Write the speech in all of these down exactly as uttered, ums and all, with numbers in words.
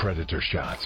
Predator shots.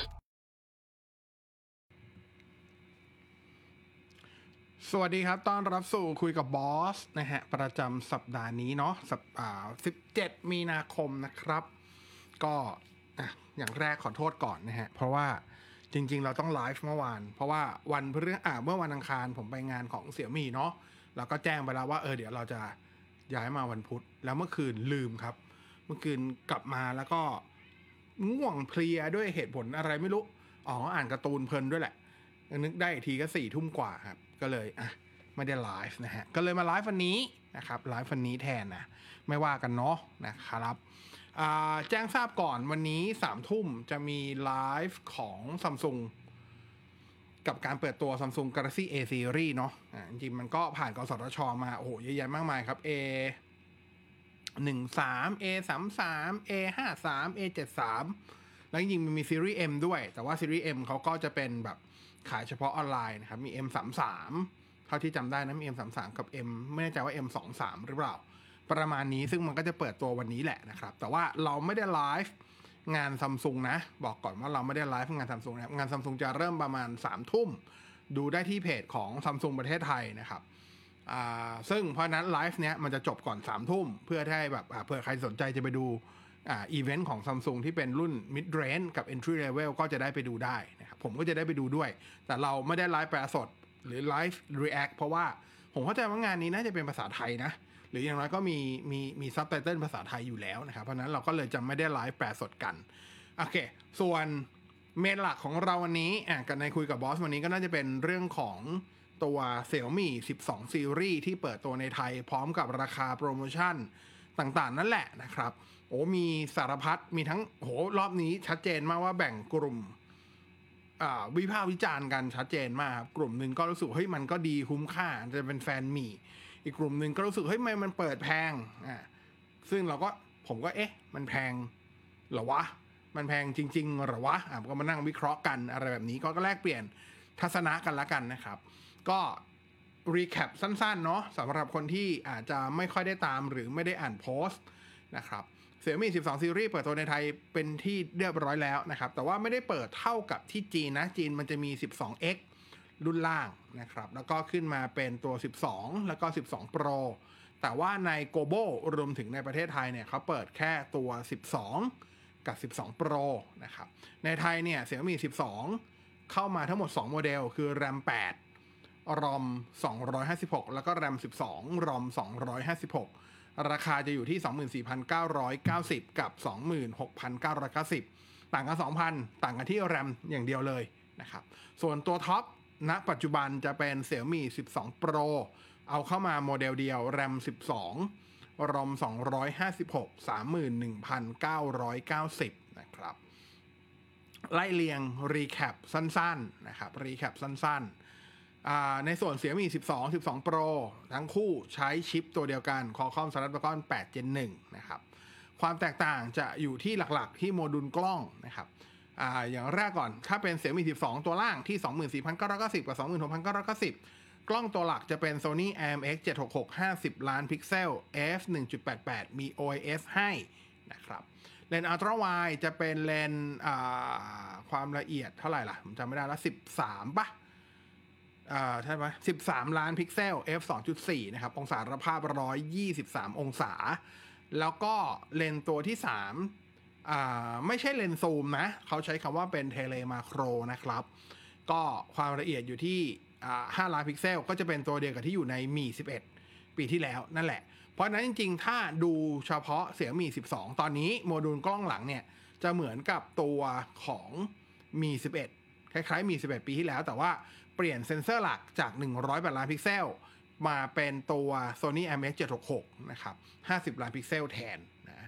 สวัสดีครับต้อนรับสู่คุยกับบอสนะฮะประจำสัปดาห์นี้เนาะสัปอ่าสิบเจ็ดมีนาคมนะครับก็อ่ะอย่างแรกขอโทษก่อนนะฮะเพราะว่าจริงๆเราต้องไลฟ์เมื่อวานเพราะว่าวันพฤหัสอ่าเมื่อวันอังคารผมไปงานของเสี่ยมี่เนาะเราก็แจ้งไปแล้วว่าเออเดี๋ยวเราจะย้ายมาวันพุธแล้วเมื่อคืนลืมครับเมื่อคืนกลับมาแล้วก็ง่วงเพลียด้วยเหตุผลอะไรไม่รู้อ๋ออ่านการ์ตูนเพลินด้วยแหละนึกได้อีกทีก็สี่ทุ่มกว่าครับก็เลยอ่ะไม่ได้ไลฟ์นะฮะก็เลยมาไลฟ์วันนี้นะครับไลฟ์วันนี้แทนนะไม่ว่ากันเนาะนะครับแจ้งทราบก่อนวันนี้สามทุ่มจะมีไลฟ์ของ Samsung กับการเปิดตัว Samsung Galaxy A Series เนาะอ่าจริงๆมันก็ผ่านกสทช.มาโอ้โหเยอะแยะมากมายครับ A หนึ่งสาม A สามสาม A ห้าสาม A เจ็ดสามแล้วจริงๆมันมีซีรีส์ M ด้วยแต่ว่าซีรีส์ M เขาก็จะเป็นแบบขายเฉพาะออนไลน์นะครับมี เอ็ม สามสาม เท่าที่จำได้นะมี เอ็ม สามสาม กับ M ไม่แน่ใจว่า เอ็ม สองสาม หรือเปล่าประมาณนี้ซึ่งมันก็จะเปิดตัววันนี้แหละนะครับแต่ว่าเราไม่ได้ไลฟ์งาน Samsung นะบอกก่อนว่าเราไม่ได้ไลฟ์งาน Samsung นะงาน Samsung จะเริ่มประมาณ สามทุ่มดูได้ที่เพจของ Samsung ประเทศไทยนะครับอ่าซึ่งเพราะนั้นไลฟ์เนี้ยมันจะจบก่อน สามทุ่มเพื่อให้แบบเผื่อใครสนใจจะไปดูอ่าอีเวนต์ของ Samsung ที่เป็นรุ่น Mid Range กับ Entry Level ก็จะได้ไปดูได้นะครับผมก็จะได้ไปดูด้วยแต่เราไม่ได้ไลฟ์แปลสดหรือไลฟ์ React เพราะว่าผมเข้าใจว่างานนี้น่าจะเป็นภาษาไทยนะหรืออย่างน้อยก็มีมีมีซับไตเติลภาษาไทยอยู่แล้วนะครับเพราะนั้นเราก็เลยจะไม่ได้ไลฟ์แปลสดกันโอเคส่วนเมนหลักของเราวันนี้อ่ะกันในคุยกับบอสวันนี้ก็น่าจะเป็นเรื่องของตัว Xiaomi สิบสอง Series ที่เปิดตัวในไทยพร้อมกับราคาโปรโมชั่นต่างๆนั่นแหละนะครับโอ้มีสารพัดมีทั้งโหรอบนี้ชัดเจนมากว่าแบ่งกลุ่มวิพากษ์วิจารณ์กันชัดเจนมากครับกลุ่มหนึ่งก็รู้สึกเฮ้ยมันก็ดีคุ้มค่าจะเป็นแฟนหมี่อีกกลุ่มหนึ่งก็รู้สึกเฮ้ยมันมันเปิดแพงอ่าซึ่งเราก็ผมก็เอ๊ะมันแพงเหรอวะมันแพงจริงๆเหรอวะอ่าก็มานั่งวิเคราะห์กันอะไรแบบนี้ก็แลกเปลี่ยนทัศนะกันละกันนะครับก็รีแคปสั้นๆเนาะสำหรับคนที่อาจจะไม่ค่อยได้ตามหรือไม่ได้อ่านโพสต์นะครับXiaomi สิบสอง Series เปิดตัวในไทยเป็นที่เรียบร้อยแล้วนะครับแต่ว่าไม่ได้เปิดเท่ากับที่จีนนะจีนมันจะมี สิบสอง เอ็กซ์ รุ่นล่างนะครับแล้วก็ขึ้นมาเป็นตัว สิบสอง แล้วก็ สิบสอง Pro แต่ว่าใน Global รวมถึงในประเทศไทยเนี่ยเขาเปิดแค่ตัว สิบสอง กับ สิบสอง Pro นะครับในไทยเนี่ย Xiaomi สิบสอง เข้ามาทั้งหมดสองโมเดลคือ แรม แปด รอม สองร้อยห้าสิบหก แล้วก็ แรม สิบสอง รอม สองร้อยห้าสิบหกราคาจะอยู่ที่ สองหมื่นสี่พันเก้าร้อยเก้าสิบ กับ สองหมื่นหกพันเก้าร้อยเก้าสิบ ต่างกัน สองพัน ต่างกันที่แรมอย่างเดียวเลยนะครับส่วนตัวท็อปณปัจจุบันจะเป็น Xiaomi สิบสอง Pro เอาเข้ามาโมเดลเดียวแรม สิบสอง รอม สองร้อยห้าสิบหก สามหมื่นหนึ่งพันเก้าร้อยเก้าสิบ นะครับไล่เรียงรีแคปสั้นๆนะครับรีแคปสั้นๆในส่วน Xiaomi สิบสอง สิบสอง Pro ทั้งคู่ใช้ชิปตัวเดียวกัน Qualcomm Snapdragon แปด Gen หนึ่ง นะครับความแตกต่างจะอยู่ที่หลักๆที่โมดูลกล้องนะครับ อ, อย่างแรกก่อนถ้าเป็น Xiaomi สิบสอง ตัวล่างที่ สองหมื่นสี่พันเก้าร้อยเก้าสิบ กับ สองหมื่นหกพันเก้าร้อยเก้าสิบ กล้องตัวหลักจะเป็น Sony ไอ เอ็ม เอ็กซ์ เจ็ดหกหก ห้าสิบ ล้านพิกเซล เอฟ หนึ่งจุดแปดแปด มี โอ ไอ เอส ให้นะครับเลนส์อัลตร้าไวด์จะเป็นเลนส์ความละเอียดเท่าไหร่ล่ะผมจำไม่ได้ละสิบสามป่ะอ่าใช่ไหมสิบสามล้านพิกเซล เอฟ สองจุดสี่ นะครับองศาระภาพหนึ่งร้อยยี่สิบสามองศาแล้วก็เลนส์ตัวที่สามอ่าไม่ใช่เลนส์ซูมนะเขาใช้คำว่าเป็นเทเลมาโครนะครับก็ความละเอียดอยู่ที่อ่าห้าล้านพิกเซลก็จะเป็นตัวเดียวกับที่อยู่ในมี สิบเอ็ด ปีที่แล้วนั่นแหละเพราะนั้นจริงๆถ้าดูเฉพาะ Xiaomi สิบสอง ตอนนี้โมดูลกล้องหลังเนี่ยจะเหมือนกับตัวของมี สิบเอ็ด คล้ายๆมี สิบเอ็ด ปีที่แล้วแต่ว่าเปลี่ยนเซ็นเซอร์หลักจากหนึ่งร้อยแปดล้านพิกเซลมาเป็นตัว Sony ไอ เอ็ม เอ็กซ์ เจ็ดหกหก นะครับห้าสิบล้านพิกเซลแทนนะ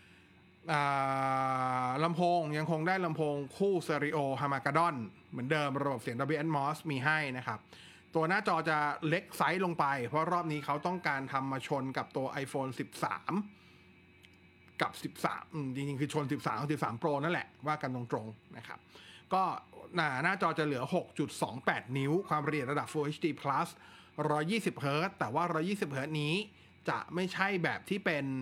ลำโพงยังคงได้ลำโพงคู่สเตอริโอฮามากาดอนเหมือนเดิมระบบเสียง Dolby Atmos มีให้นะครับตัวหน้าจอจะเล็กไซส์ลงไปเพราะรอบนี้เขาต้องการทำมาชนกับตัว iPhone สิบสาม กับสิบสามจริงๆคือชนสิบสามกับสิบสาม Pro นั่นแหละว่ากันตรงๆนะครับก็หน้าหน้าจอจะเหลือ หกจุดสองแปด นิ้วความละเอียดระดับ Full เอช ดี Plus หนึ่งร้อยยี่สิบ เฮิร์ตซ์แต่ว่าหนึ่งร้อยยี่สิบ เฮิร์ตซ์นี้จะไม่ใช่แบบที่เป็น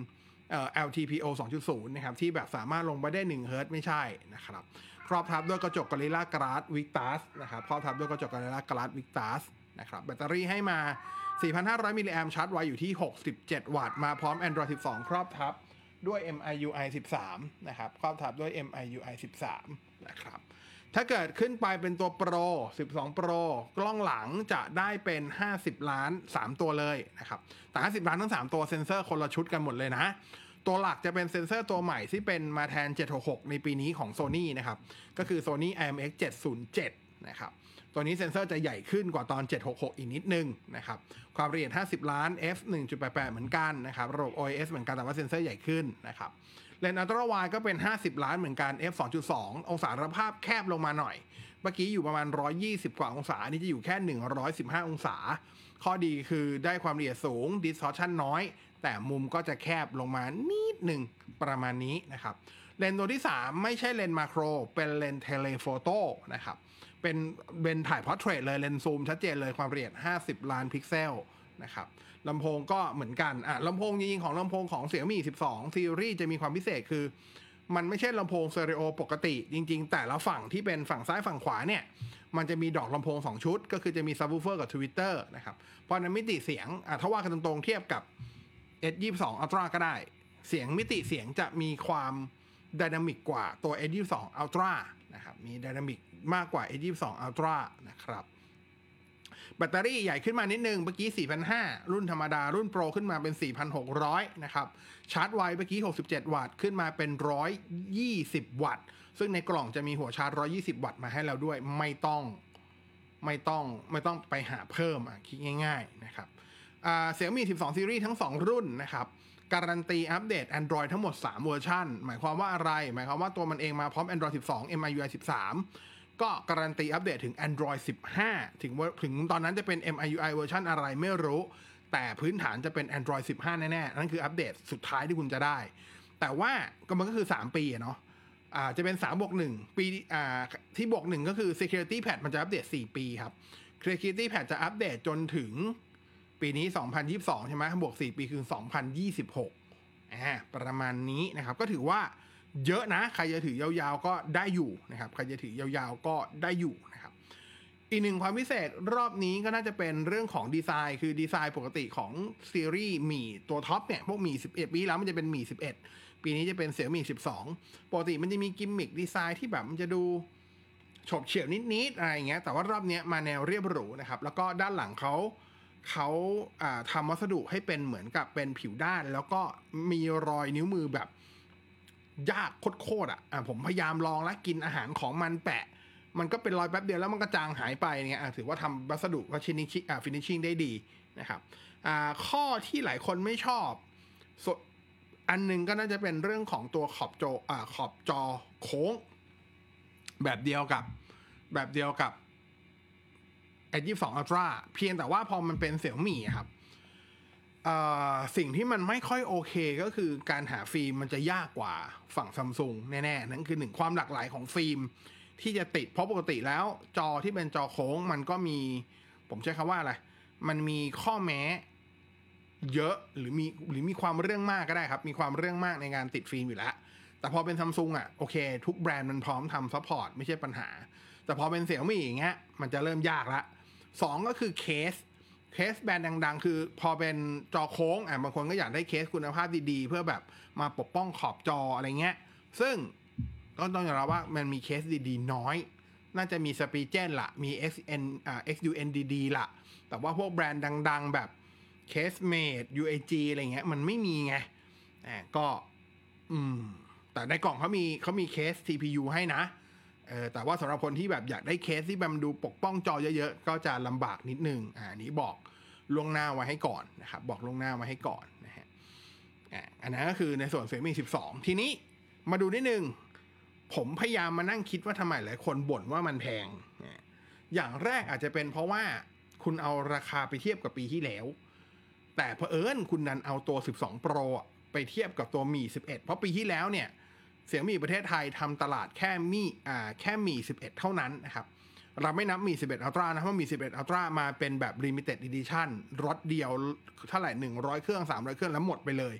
เอ่อ แอล ที พี โอ สองจุดศูนย์ นะครับที่แบบสามารถลงไปได้หนึ่งเฮิร์ตซ์ไม่ใช่นะครับครอบทับด้วยกระจก Gorilla Glass Victus นะครับครอบทับด้วยกระจก Gorilla Glass Victus นะครับแบตเตอรี่ให้มา สี่พันห้าร้อย มิลลิแอมป์ชาร์จไวอยู่ที่หกสิบเจ็ดวัตต์มาพร้อม Android สิบสอง ครอบทับด้วย เอ็ม ไอ ยู ไอ สิบสาม นะครับครอบทับด้วย เอ็ม ไอ ยู ไอ สิบสาม นะครับถ้าเกิดขึ้นไปเป็นตัว Pro สิบสอง Pro กล้องหลังจะได้เป็นห้าสิบล้านสามตัวเลยนะครับแต่ห้าสิบล้านทั้งสามตัวเซ็นเซอร์คนละชุดกันหมดเลยนะตัวหลักจะเป็นเซ็นเซอร์ตัวใหม่ที่เป็นมาแทนเจ็ดหกหกในปีนี้ของ Sony นะครับก็คือ Sony ไอ เอ็ม เอ็กซ์ เจ็ดศูนย์เจ็ด นะครับตัวนี้เซ็นเซอร์จะใหญ่ขึ้นกว่าตอนเจ็ดหกหกอีกนิดนึงนะครับความละเอียดห้าสิบล้าน เอฟ หนึ่งจุดแปดแปด เหมือนกันนะครับระบบ โอ เอ เอส เหมือนกันแต่ว่าเซ็นเซอร์ใหญ่ขึ้นนะครับเลนส์อัลตร้าไวด์ก็เป็นห้าสิบล้านเหมือนกัน เอฟ สองจุดสอง องศาระภาพแคบลงมาหน่อยเมื่อกี้อยู่ประมาณหนึ่งร้อยยี่สิบกว่าองศานี่จะอยู่แค่หนึ่งร้อยสิบห้าองศาข้อดีคือได้ความละเอียดสูง distortion น้อยแต่มุมก็จะแคบลงมานิดหนึ่งประมาณนี้นะครับเลนส์ตัวที่สามไม่ใช่เลนส์มาโครเป็นเลนส์เทเลโฟโต้นะครับเป็นเป็นถ่ายพอร์เทรตเลยเลนส์ซูมชัดเจนเลยความละเอียดห้าสิบล้านพิกเซลนะครับลำโพงก็เหมือนกันอ่ะลำโพงจริงๆของลำโพงของ Xiaomi สิบสอง ซีรีส์จะมีความพิเศษคือมันไม่ใช่ลำโพงสเตอริโอปกติจริงๆแต่ละฝั่งที่เป็นฝั่งซ้ายฝั่งขวาเนี่ยมันจะมีดอกลำโพงสองชุดก็คือจะมีซับวูเฟอร์กับทวิตเตอร์นะครับเพราะนั้นมิติเสียงอ่ะถ้าว่ากันตรงๆเทียบกับ เอส ยี่สิบสอง Ultra ก็ได้เสียงมิติเสียงจะมีความไดนามิกกว่าตัว เอส ยี่สิบสอง Ultra นะครับมีไดนามิกมากกว่า เอส ยี่สิบสอง Ultra นะครับแบตเตอรี่ใหญ่ขึ้นมานิดนึงเมื่อกี้ สี่พันห้าร้อย รุ่นธรรมดารุ่นโปรขึ้นมาเป็น สี่พันหกร้อย นะครับชาร์จไวเมื่อกี้หกสิบเจ็ดวัตต์ขึ้นมาเป็นหนึ่งร้อยยี่สิบวัตต์ซึ่งในกล่องจะมีหัวชาร์จหนึ่งร้อยยี่สิบวัตต์มาให้เราด้วยไม่ต้องไม่ต้องไม่ต้องไปหาเพิ่มอ่ะคิดง่ายๆนะครับอ่า Xiaomi สิบสอง ซีรีส์ทั้งสองรุ่นนะครับการันตีอัปเดต Android ทั้งหมดสามเวอร์ชันหมายความว่าอะไรหมายความว่าตัวมันเองมาพร้อม Android สิบสอง เอ็ม ไอ ยู ไอ สิบสามก็การันตีอัปเดตถึง Android สิบห้าถึงถึงตอนนั้นจะเป็น เอ็ม ไอ ยู ไอ เวอร์ชันอะไรไม่รู้แต่พื้นฐานจะเป็น Android สิบห้าแน่ๆนั่นคืออัปเดตสุดท้ายที่คุณจะได้แต่ว่าก็มันก็คือสามปีเนาะอ่าจะเป็นสามบวกหนึ่งปีอ่าที่บวกหนึ่งก็คือ Security Patch มันจะอัปเดตสี่ปีครับ Security Patch จะอัปเดตจนถึงปีนี้สองพันยี่สิบสองใช่ไหมบวกสี่ปีคือสองพันยี่สิบหกอ่าประมาณนี้นะครับก็ถือว่าเยอะนะใครจะถือยาวๆก็ได้อยู่นะครับใครจะถือยาวๆก็ได้อยู่นะครับอีกหนึ่งความพิเศษรอบนี้ก็น่าจะเป็นเรื่องของดีไซน์คือดีไซน์ปกติของซีรีส์หมี่ตัวท็อปเนี่ยพวกหมี่สิบเอ็ดปีแล้วมันจะเป็นหมี่สิบเอ็ดปีนี้จะเป็น Xiaomi สิบสองปกติมันจะมีกิมมิคดีไซน์ที่แบบมันจะดูฉบเฉี่ยวนิดๆอะไรอย่างเงี้ยแต่ว่ารอบนี้มาแนวเรียบหรูนะครับแล้วก็ด้านหลังเขาเขาทำวัสดุให้เป็นเหมือนกับเป็นผิวด้านแล้วก็มีรอยนิ้วมือแบบยากโคตรๆอ่ะผมพยายามลองแล้วกินอาหารของมันแปะมันก็เป็นรอยแป๊บเดียวแล้วมันก็จางหายไปเนี่ยถือว่าทำวัสดุว่าชินิชิอ่าฟินิชชิ่งได้ดีนะครับข้อที่หลายคนไม่ชอบอันนึงก็น่าจะเป็นเรื่องของตัวขอบจออ่าขอบจอโค้งแบบเดียวกับแบบเดียวกับ เอส ยี่สิบสอง Ultra เพียงแต่ว่าพอมันเป็น Xiaomi ครับสิ่งที่มันไม่ค่อยโอเคก็คือการหาฟิล์มมันจะยากกว่าฝั่ง Samsung แน่ๆนั่นคือหนึ่งความหลากหลายของฟิล์มที่จะติดเพราะปกติแล้วจอที่เป็นจอโค้งมันก็มีผมใช้คำว่าอะไรมันมีข้อแม้เยอะหรือมีหรือมีความเรื่องมากก็ได้ครับมีความเรื่องมากในการติดฟิล์มอยู่แล้วแต่พอเป็น Samsung อ่ะโอเคทุกแบรนด์มันพร้อมทำซัพพอร์ตไม่ใช่ปัญหาแต่พอเป็น Xiaomi อย่างเงี้ยมันจะเริ่มยากละสองก็คือเคสเคสแบรนด์ดังๆคือพอเป็นจอโค้งอ่ะบางคนก็อยากได้เคสคุณภาพดีๆเพื่อแบบมาปกป้องขอบจออะไรเงี้ยซึ่งก็ต้องยอมรับว่ามันมีเคสดีๆน้อยน่าจะมีสปีเจนละมี เอ็กซ์ เอ็น อ่า เอ็กซ์ ยู เอ็น ดี ดี ละแต่ว่าพวกแบรนด์ดังๆแบบเคสเมด ยู เอ จี อะไรเงี้ยมันไม่มีไงอ่าก็อืมแต่ในกล่องเขามีเขามีเคส ซี พี ยู ให้นะเออแต่ว่าสำหรับคนที่แบบอยากได้เคสที่แบบดูปกป้องจอเยอะๆก็จะลำบากนิดนึงอ่านี้บอกล่วงหน้าไว้ให้ก่อนนะครับบอกล่วงหน้าไว้ให้ก่อนนะฮะอ่าอันนั้นก็คือในส่วน Xiaomi สิบสองทีนี้มาดูนิดนึงผมพยายามมานั่งคิดว่าทำไมหลายคนบ่นว่ามันแพงอย่างแรกอาจจะเป็นเพราะว่าคุณเอาราคาไปเทียบกับปีที่แล้วแต่เผอิญคุณนันเอาตัว สิบสอง Pro ไปเทียบกับตัว Mi สิบเอ็ดเพราะปีที่แล้วเนี่ยเสี่ยงมีประเทศไทยทำตลาดแค่มีอ่าแค่มีสิบเอ็ดเท่านั้นนะครับเราไม่นับมีสิบเอ็ด Ultra นะเพราะมีสิบเอ็ด Ultra มาเป็นแบบ Limited Edition รถเดียวเท่าไหร่หนึ่งร้อยเครื่องสามร้อยเครื่องแล้วหมดไปเลย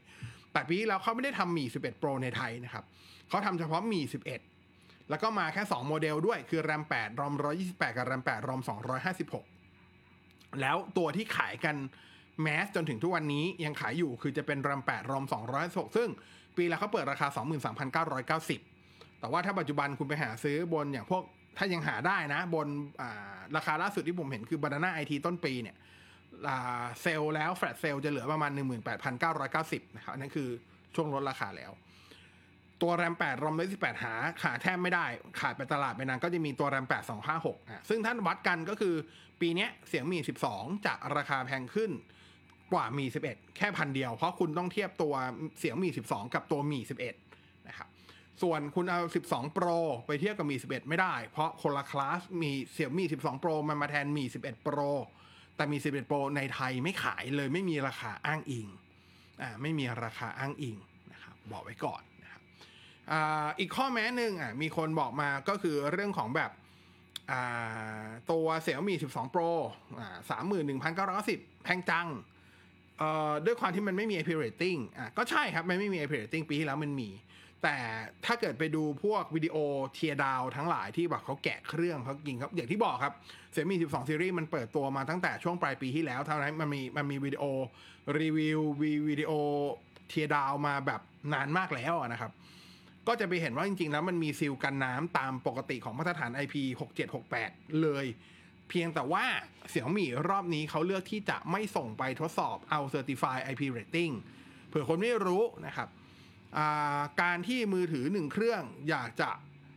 แปดปีที่แล้วเขาไม่ได้ทำมีสิบเอ็ด Pro ในไทยนะครับเขาทำเฉพาะมีสิบเอ็ดแล้วก็มาแค่สองโมเดลด้วยคือ แรม แปด รอม หนึ่งร้อยยี่สิบแปด กับ แรม แปด รอม สองร้อยห้าสิบหก แล้วตัวที่ขายกันแมสจนถึงทุกวันนี้ยังขายอยู่คือจะเป็น แรม แปด รอม สองร้อยห้าสิบหก ซึ่งปีแล้วเขาเปิดราคา สองหมื่นสามพันเก้าร้อยเก้าสิบ แต่ว่าถ้าปัจจุบันคุณไปหาซื้อบนอย่างพวกถ้ายังหาได้นะบนราคาล่าสุดที่ผมเห็นคือ Banana ไอ ที ต้นปีเนี่ยเซลล์แล้วแฟลชเซลล์จะเหลือประมาณ หนึ่งหมื่นแปดพันเก้าร้อยเก้าสิบ นะครับนั่นคือช่วงลดราคาแล้วตัว แรม แปด รอม หนึ่งร้อยยี่สิบแปด หาหาแทบไม่ได้ขาดไปตลาดไปนานก็จะมีตัว แรม แปด สองห้าหก อ่ะซึ่งท่านวัดกันก็คือปีนี้เสี่ยงมีสิบสองจะราคาแพงขึ้นกว่ามีสิบเอ็ดแค่พันเดียวเพราะคุณต้องเทียบตัวเสี่ยงมีสิบสองกับตัวมีสิบเอ็ดนะครับส่วนคุณเอาสิบสอง Pro ไปเทียบกับมีสิบเอ็ดไม่ได้เพราะคนละคลาสมีเสี่ยงมีสิบสอง Pro มันมาแทนมีสิบเอ็ด Pro แต่มีสิบเอ็ด Pro ในไทยไม่ขายเลยไม่มีราคาอ้างอิงอ่าไม่มีราคาอ้างอิงนะครับบอกไว้ก่อนนะครับอ่าอีกข้อแม้หนึ่งอ่ะมีคนบอกมาก็คือเรื่องของแบบอ่าตัวเสี่ยงมีสิบสอง Pro อ่า สามหมื่นหนึ่งพันเก้าร้อยเก้าสิบ แพงจังเอ่อด้วยความที่มันไม่มี ไอ พี rating อ่ะก็ใช่ครับมันไม่มี ไอ พี rating ปีที่แล้วมันมีแต่ถ้าเกิดไปดูพวกวิดีโอเทียร์ดาวทั้งหลายที่แบบเขาแกะเครื่องเขากินครับอย่างที่บอกครับเสี่ยงมีสิบสองซีรีส์มันเปิดตัวมาตั้งแต่ช่วงปลายปีที่แล้วเท่านั้นมันมีมันมีวิดีโอรีวิววิดีโอเทียร์ดาวมาแบบนานมากแล้วนะครับก็จะไปเห็นว่าจริงๆแล้วมันมีซีลกันน้ำตามปกติของมาตรฐาน ไอ พี หกเจ็ดหกแปด เลยเพียงแต่ว่าเสี่ยงมีรอบนี้เขาเลือกที่จะไม่ส่งไปทดสอบเอา Certified ไอ พี Rating เผื่อคนไม่รู้นะครับการที่มือถือหนึ่งเครื่องอยากจะ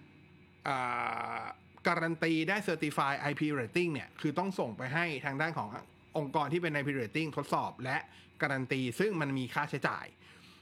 การันตีได้ Certified ไอ พี Rating เนี่ยคือต้องส่งไปให้ทางด้านขององค์กรที่เป็น ไอ พี Rating ทดสอบและการันตีซึ่งมันมีค่าใช้จ่าย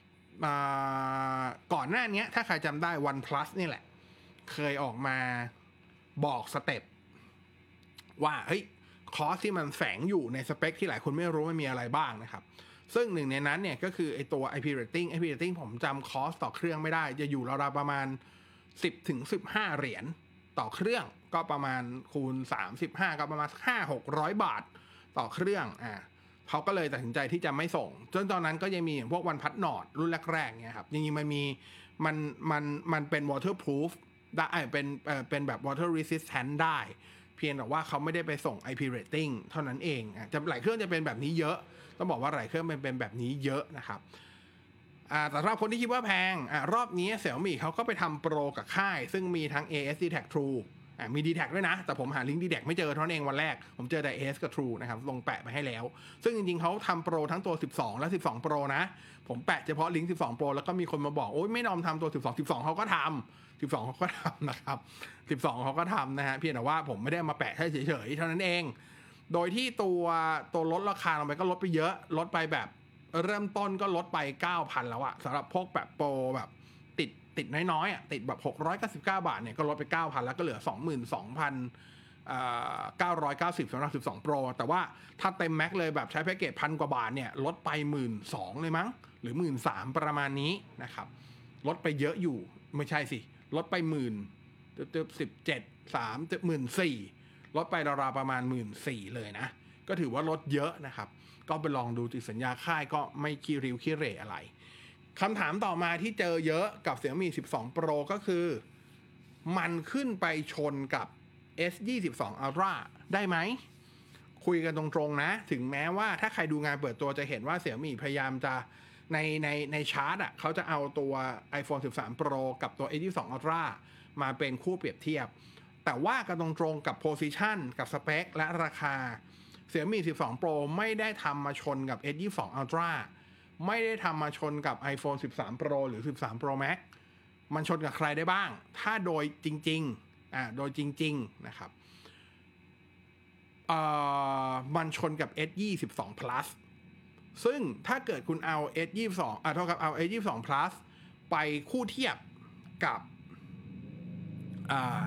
ก่อนหน้านี้ถ้าใครจำได้ OnePlus นี่แหละเคยออกมาบอกสเต็ปว่าเฮ้ยคอสที่มันแฝงอยู่ในสเปคที่หลายคนไม่รู้มันมีอะไรบ้างนะครับซึ่งหนึ่งในนั้นเนี่ยก็คือไอตัว ไอ พี Rating ไอ พี Rating ผมจำคอสต่อเครื่องไม่ได้จะอยู่ราวๆประมาณ สิบถึงสิบห้า เหรียญต่อเครื่องก็ประมาณคูณสามสิบห้าก็ประมาณ ห้าหกร้อย บาทต่อเครื่องอ่าเขาก็เลยตัดสินใจที่จะไม่ส่งจนตอนนั้นก็ยังมีพวกวันพัดนอร์ดรุ่นแรกๆเนี่ยครับจริงๆมันมีมันมันมันเป็น waterproof ได้เป็นเอ่อเป็นแบบ water resistant ได้เพียงแต่ว่าเขาไม่ได้ไปส่ง ไอ พี Rating เท่านั้นเองอ่ะจะหลายเครื่องจะเป็นแบบนี้เยอะต้องบอกว่าหลายเครื่องเป็นเป็นแบบนี้เยอะนะครับอ่าแต่สำหรับคนที่คิดว่าแพงอ่ารอบนี้ Xiaomi เขาก็ไปทำโปรกับค่ายซึ่งมีทั้ง เอ เอส ดี ที เอ ซี True อ่ามี ดี ที เอ ซี ด้วยนะแต่ผมหาลิงก์ ดี ที เอ ซี ไม่เจอเท่านั้นเองวันแรกผมเจอแต่ เอ เอส กับ True นะครับลงแปะไปให้แล้วซึ่งจริงๆเขาทำโปรทั้งตัวสิบสองและสิบสอง Pro นะผมแปะเฉพาะลิงก์สิบสอง Pro แล้วก็มีคนมาบอกโอ๊ยไม่ยอมทำตัวสิบสอง สิบสองเขาก็ทำสิบสองเขาก็ทำนะครับสิบสองเขาก็ทำนะฮะเพียงแต่ว่าผมไม่ได้มาแปะให้เฉยๆเท่านั้นเองโดยที่ตัวตัวลดราคาลงไปก็ลดไปเยอะลดไปแบบเริ่มต้นก็ลดไป เก้าพัน แล้วอะสำหรับพวกแบบโปรแบบติดติดน้อยๆอะติดแบบหกร้อยเก้าสิบเก้าบาทเนี่ยก็ลดไป เก้าพัน แล้วก็เหลือ สองหมื่นสองพันเก้าร้อยเก้าสิบ สำหรับสิบสอง Pro แต่ว่าถ้าเต็มแม็กเลยแบบใช้แพ็กเกจพันกว่าบาทเนี่ยลดไป หนึ่งหมื่นสองพัน เลยมั้งหรือ หนึ่งหมื่นสามพัน ประมาณนี้นะครับลดไปเยอะอยู่ไม่ใช่สิลดไปหมื่นเติบสิบเจ็ด สาม หมื่นสี่พัน ลดไปราวๆประมาณ หนึ่งหมื่นสี่พัน เลยนะก็ถือว่าลดเยอะนะครับก็ไปลองดูติดสัญญาค่ายก็ไม่ขี้ริ้วขี้เหร่อะไรคำถามต่อมาที่เจอเยอะกับ Xiaomi สิบสอง Pro ก็คือมันขึ้นไปชนกับ เอส ยี่สิบสอง Ultra ได้ไหมคุยกันตรงๆนะถึงแม้ว่าถ้าใครดูงานเปิดตัวจะเห็นว่า Xiaomi พยายามจะในในในชาร์ตอ่ะเขาจะเอาตัว iPhone สิบสาม Pro กับตัว เอส ยี่สิบสอง Ultra มาเป็นคู่เปรียบเทียบแต่ว่ากันตรงๆกับ position กับสเปคและราคาXiaomi สิบสอง Pro ไม่ได้ทำมาชนกับ เอส ยี่สิบสอง Ultra ไม่ได้ทำมาชนกับ iPhone สิบสาม Pro หรือสิบสาม Pro Max มันชนกับใครได้บ้างถ้าโดยจริงๆอ่าโดยจริงๆนะครับเอ่อมันชนกับ เอส ยี่สิบสอง Plus ซึ่งถ้าเกิดคุณเอา เอส ยี่สิบสอง อ่ะเท่ากับเอา เอส ยี่สิบสอง Plus ไปคู่เทียบกับอ่า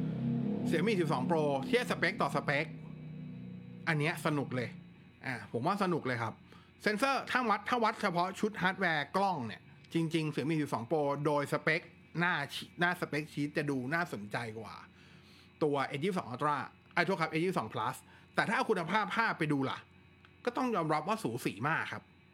Xiaomi สิบสอง Pro เทียบสเปคต่อสเปคอันนี้สนุกเลยอ่าผมว่าสนุกเลยครับเซนเซอร์ถ้าวัดถ้าวัดเฉพาะชุดฮาร์ดแวร์กล้องเนี่ยจริงๆ Xiaomi สิบสอง Pro โดยสเปคหน้าหน้าสเปคชีทจะดูน่าสนใจกว่าตัว เอส ยี่สิบสอง Ultra ไอ้โทษครับ เอส ยี่สิบสอง Plus แต่ถ้าเอาคุณภาพภาพไปดูล่ะก็ต้องยอมรับว่าสูสีมากครับ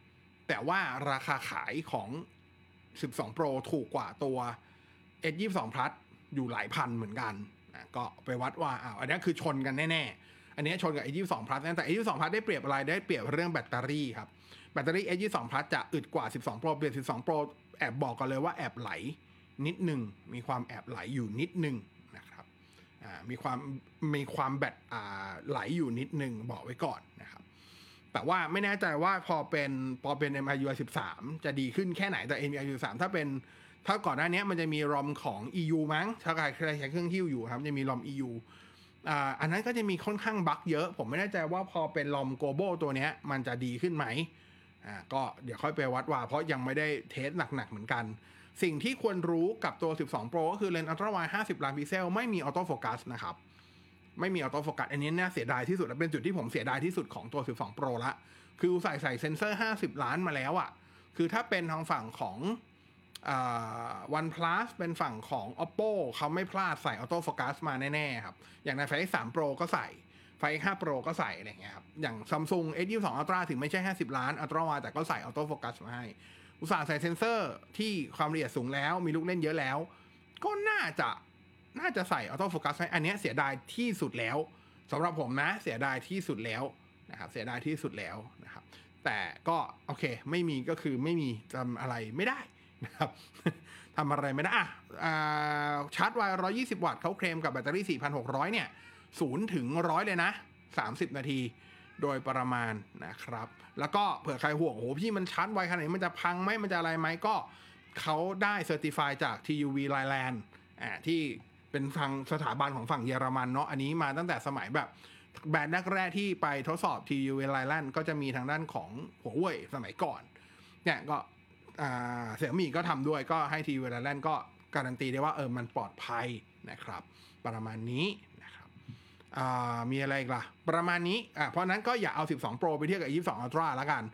แต่ว่าราคาขายของสิบสอง Pro ถูกกว่าตัว เอส ยี่สิบสอง Plus อยู่หลายพันเหมือนกันนะก็ไปวัดว่าอ้าวอันนี้คือชนกันแน่ๆอันนี้ชนกับ เอส ยี่สิบสอง Plus แต่ เอส ยี่สิบสอง Plus ได้เปรียบอะไรได้เปรียบเรื่องแบตเตอรี่ครับแบตเตอรี่ เอส ยี่สิบสอง Plus จะอึดกว่าสิบสอง Pro เปรียบสิบสอง Pro แอบบอกกันเลยว่าแอบไหลนิดนึงมีความแอบไหลอยู่นิดนึงนะครับอ่ามีความมีความแบตอ่าไหลอยู่นิดนึงบอกไว้ก่อนนะครับแต่ว่าไม่แน่ใจว่าพอเป็นพอเป็น เอ็ม ไอ ยู ไอ สิบสาม จะดีขึ้นแค่ไหนแต่ เอ็ม ไอ ยู สิบสาม ถ้าเป็นถ้าก่อนหน้านี้มันจะมีรอมของ อี ยู มั้งถ้าใครใช้เครื่องฮิ้วอยู่ครับจะมีรอม อี ยู อ่าอันนั้นก็จะมีค่อนข้างบั๊กเยอะผมไม่แน่ใจว่าพอเป็นรอม Global ตัวเนี้ยมันจะดีขึ้นไหมอ่าก็เดี๋ยวค่อยไปวัดว่าเพราะยังไม่ได้เทสหนักๆเหมือนกันสิ่งที่ควรรู้กับตัวสิบสอง Pro ก็คือเลนส์อัลตร้าไวด์ห้าสิบล้านพิกเซลไม่มีออโต้โฟกัสนะครับไม่มีออโต้โฟกัสอันนี้น่าเสียดายที่สุดและเป็นจุดที่ผมเสียดายที่สุดของตัวสิบสอง Pro ละคือใส่ใส่เซนเซอร์ห้าสิบล้านมาแล้วอ่ะคือถ้าเป็นทางฝั่งของอ่า OnePlus เป็นฝั่งของ Oppo เขาไม่พลาดใส่ออโต้โฟกัสมาแน่ๆครับอย่างในไฟ เอ็กซ์ สาม Pro ก็ใส่ไฟ เอ็กซ์ ห้า Pro ก็ใส่อะไรเงี้ยครับอย่าง Samsung เอส ยี่สิบสอง Ultra ถึงไม่ใช่ห้าสิบล้าน Ultra Wide แต่ก็ใส่ออโต้โฟกัสมาให้อุตส่าห์ใส่เซนเซอร์ที่ความละเอียดสูงแล้วมีลูกเล่นเยอะแล้วก็น่าจะน่าจะใส่ออโต้โฟกัสให้อันนี้เสียดายที่สุดแล้วสำหรับผมนะเสียดายที่สุดแล้วนะครับเสียดายที่สุดแล้วนะครับแต่ก็โอเคไม่มีก็คือไม่มีทำอะไรไม่ได้นะครับ ทำอะไรไม่ได้อ่ะชาร์จไวหนึ่งร้อยยี่สิบวัตต์เขาเคลมกับแบตเตอรี่ สี่พันหกร้อย เนี่ยศูนย์ถึงหนึ่งร้อยเลยนะสามสิบนาทีโดยประมาณนะครับแล้วก็เผื่อใครห่วงโอ้โหพี่มันชาร์จไวขนาดนี้มันจะพังไหมมันจะอะไรไหมก็เขาได้เซอร์ติฟายจาก ที ยู วี Thailand อ่าที่เป็นทางสถาบันของฝั่งเยอรมันเนาะอันนี้มาตั้งแต่สมัยแบบแบรนด์แรกๆที่ไปทดสอบ ที ยู วี Thailand ก็จะมีทางด้านของหัวเว่ยสมัยก่อนเนี่ยก็เสี่ยมี่ก็ทำด้วยก็ให้ ที ยู วี Thailand ก็การันตีได้ว่าเออมันปลอดภัยนะครับประมาณนี้มีอะไรอีกล่ะประมาณนี้อ่ะเพราะนั้นก็อย่าเอาสิบสอง Pro ไปเทียบกับยี่สิบสอง Ultra แล้วกัน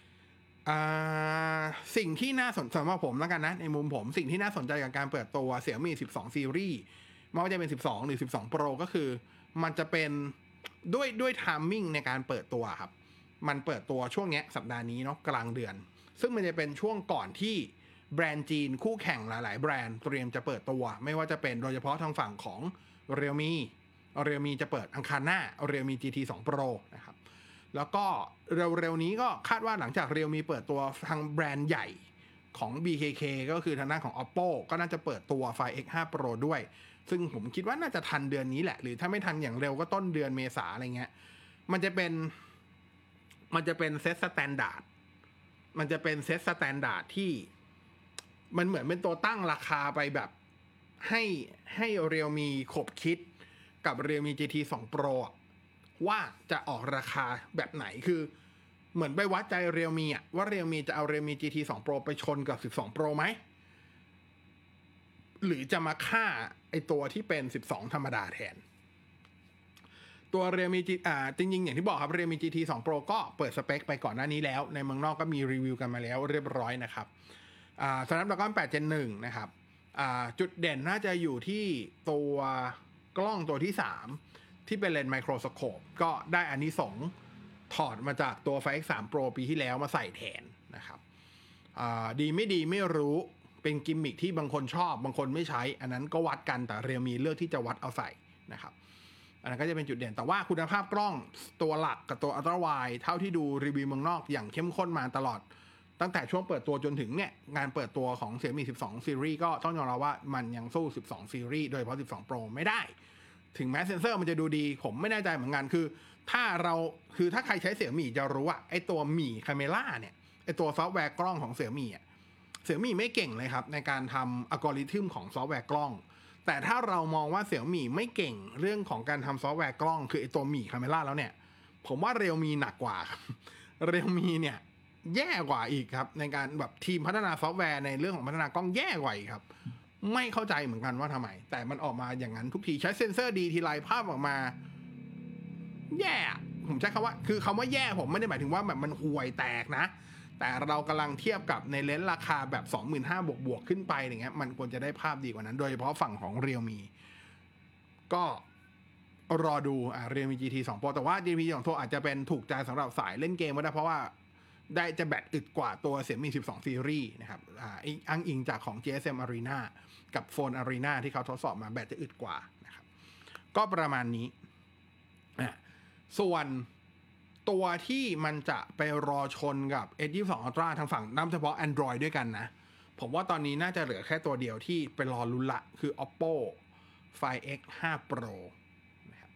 สิ่งที่น่าสนใจสำหรับผมแล้วกันนะในมุมผมสิ่งที่น่าสนใจกับการเปิดตัว Xiaomi สิบสอง Series ไม่ว่าจะเป็นสิบสองหรือสิบสอง Pro ก็คือมันจะเป็นด้วยด้วย timing ในการเปิดตัวครับมันเปิดตัวช่วงเนี้ยสัปดาห์นี้เนาะกลางเดือนซึ่งมันจะเป็นช่วงก่อนที่แบรนด์จีนคู่แข่งหลายๆแบรนด์เตรียมจะเปิดตัวไม่ว่าจะเป็นโดยเฉพาะทางฝั่งของ Realmeเรียวมีจะเปิดอังคารหน้าเรียวมี จี ที ทู Pro นะครับแล้วก็เร็วๆนี้ก็คาดว่าหลังจากเรียวมีเปิดตัวทางแบรนด์ใหญ่ของ บี เค เค ก็คือทางด้านของ Oppo ก็น่าจะเปิดตัวไฟ เอ็กซ์ ห้า Pro ด้วยซึ่งผมคิดว่าน่าจะทันเดือนนี้แหละหรือถ้าไม่ทันอย่างเร็วก็ต้นเดือนเมษาอะไรเงี้ยมันจะเป็นมันจะเป็นเซตสแตนดาร์ดมันจะเป็นเซตสแตนดาร์ดที่มันเหมือนเป็นตัวตั้งราคาไปแบบให้ให้เรียวมีขบคิดกับ Realme จี ที ทู Pro ว่าจะออกราคาแบบไหนคือเหมือนไปวัดใจ Realme อ่ะว่า Realme จะเอา Realme จี ที ทู Pro ไปชนกับสิบสอง Pro ไหมหรือจะมาฆ่าไอตัวที่เป็นสิบสองธรรมดาแทนตัว Realme อ่าจริงๆอย่างที่บอกครับ Realme จี ที ทู Pro ก็เปิดสเปคไปก่อนหน้านี้แล้วในเมืองนอกก็มีรีวิวกันมาแล้วเรียบร้อยนะครับอ่า Snapdragon แปด Gen หนึ่งนะครับอ่าจุดเด่นน่าจะอยู่ที่ตัวกล้องตัวที่สามที่เป็นเลนส์ไมโครสโคปก็ได้อานิสงส์ถอดมาจากตัวไฟ เอ็กซ์ สาม Pro ปีที่แล้วมาใส่แทนนะครับดีไม่ดีไม่รู้เป็นกิมมิคที่บางคนชอบบางคนไม่ใช้อันนั้นก็วัดกันแต่เรียวมีเลือกที่จะวัดเอาใส่นะครับอันนั้นก็จะเป็นจุดเด่นแต่ว่าคุณภาพกล้องตัวหลักกับตัวอัลตร้าไวด์เท่าที่ดูรีวิวเมืองนอกอย่างเข้มข้นมาตลอดตั้งแต่ช่วงเปิดตัวจนถึงเนี่ยงานเปิดตัวของ Xiaomi สิบสอง Series ก็ต้องยอมรับว่ามันยังสู้สิบสอง Series โดยเฉพาะสิบสอง Pro ไม่ได้ถึงแม้เซนเซอร์มันจะดูดีผมไม่แน่ใจเหมือนกันคือถ้าเราคือถ้าใครใช้ Xiaomi จะรู้ว่าไอตัวหมี่คาเมล่าเนี่ยไอตัวซอฟต์แวร์กล้องของ Xiaomi อ่ะ Xiaomi ไม่เก่งเลยครับในการทำอัลกอริทึมของซอฟต์แวร์กล้องแต่ถ้าเรามองว่า Xiaomi ไม่เก่งเรื่องของการทำซอฟต์แวร์กล้องคือไอตัวหมี่คาเมล่าแล้วเนี่ยผมว่า Realme หนักกว่า Realme เนี่ยแย่กว่าอีกครับในการแบบทีมพัฒนาซอฟต์แวร์ในเรื่องของพัฒนากล้องแย่กว่าอีกครับไม่เข้าใจเหมือนกันว่าทำไมแต่มันออกมาอย่างนั้นทุกทีใช้เซ็นเซอร์ดีทีไรภาพออกมาแย่ผมใช้คำว่าคือคำว่าแย่ผมไม่ได้หมายถึงว่าแบบมันห่วยแตกนะแต่เรากำลังเทียบกับในเลนส์ราคาแบบ สองหมื่นห้าพัน บวกๆขึ้นไปอย่างเงี้ยมันควรจะได้ภาพดีกว่านั้นโดยเฉพาะฝั่งของ Realme ก็รอดูอ่า Realme จี ที ทู Pro แต่ว่า จี ที ทู Pro อาจจะเป็นถูกใจสำหรับสายเล่นเกมก็ได้เพราะว่าได้จะแบตอึดกว่าตัว Xiaomi สิบสอง ซีรีส์นะครับอ่าอ้างอิงจากของ จี เอส เอ็ม Arena กับ Phone Arena ที่เขาทดสอบมาแบตจะอึดกว่านะครับก็ประมาณนี้อ่ะส่วนตัวที่มันจะไปรอชนกับ เอส ยี่สิบสอง Ultra ทางฝั่งนับเฉพาะ Android ด้วยกันนะผมว่าตอนนี้น่าจะเหลือแค่ตัวเดียวที่ไปรอลุ้นละคือ Oppo Find เอ็กซ์ ไฟว์ Pro นะครับ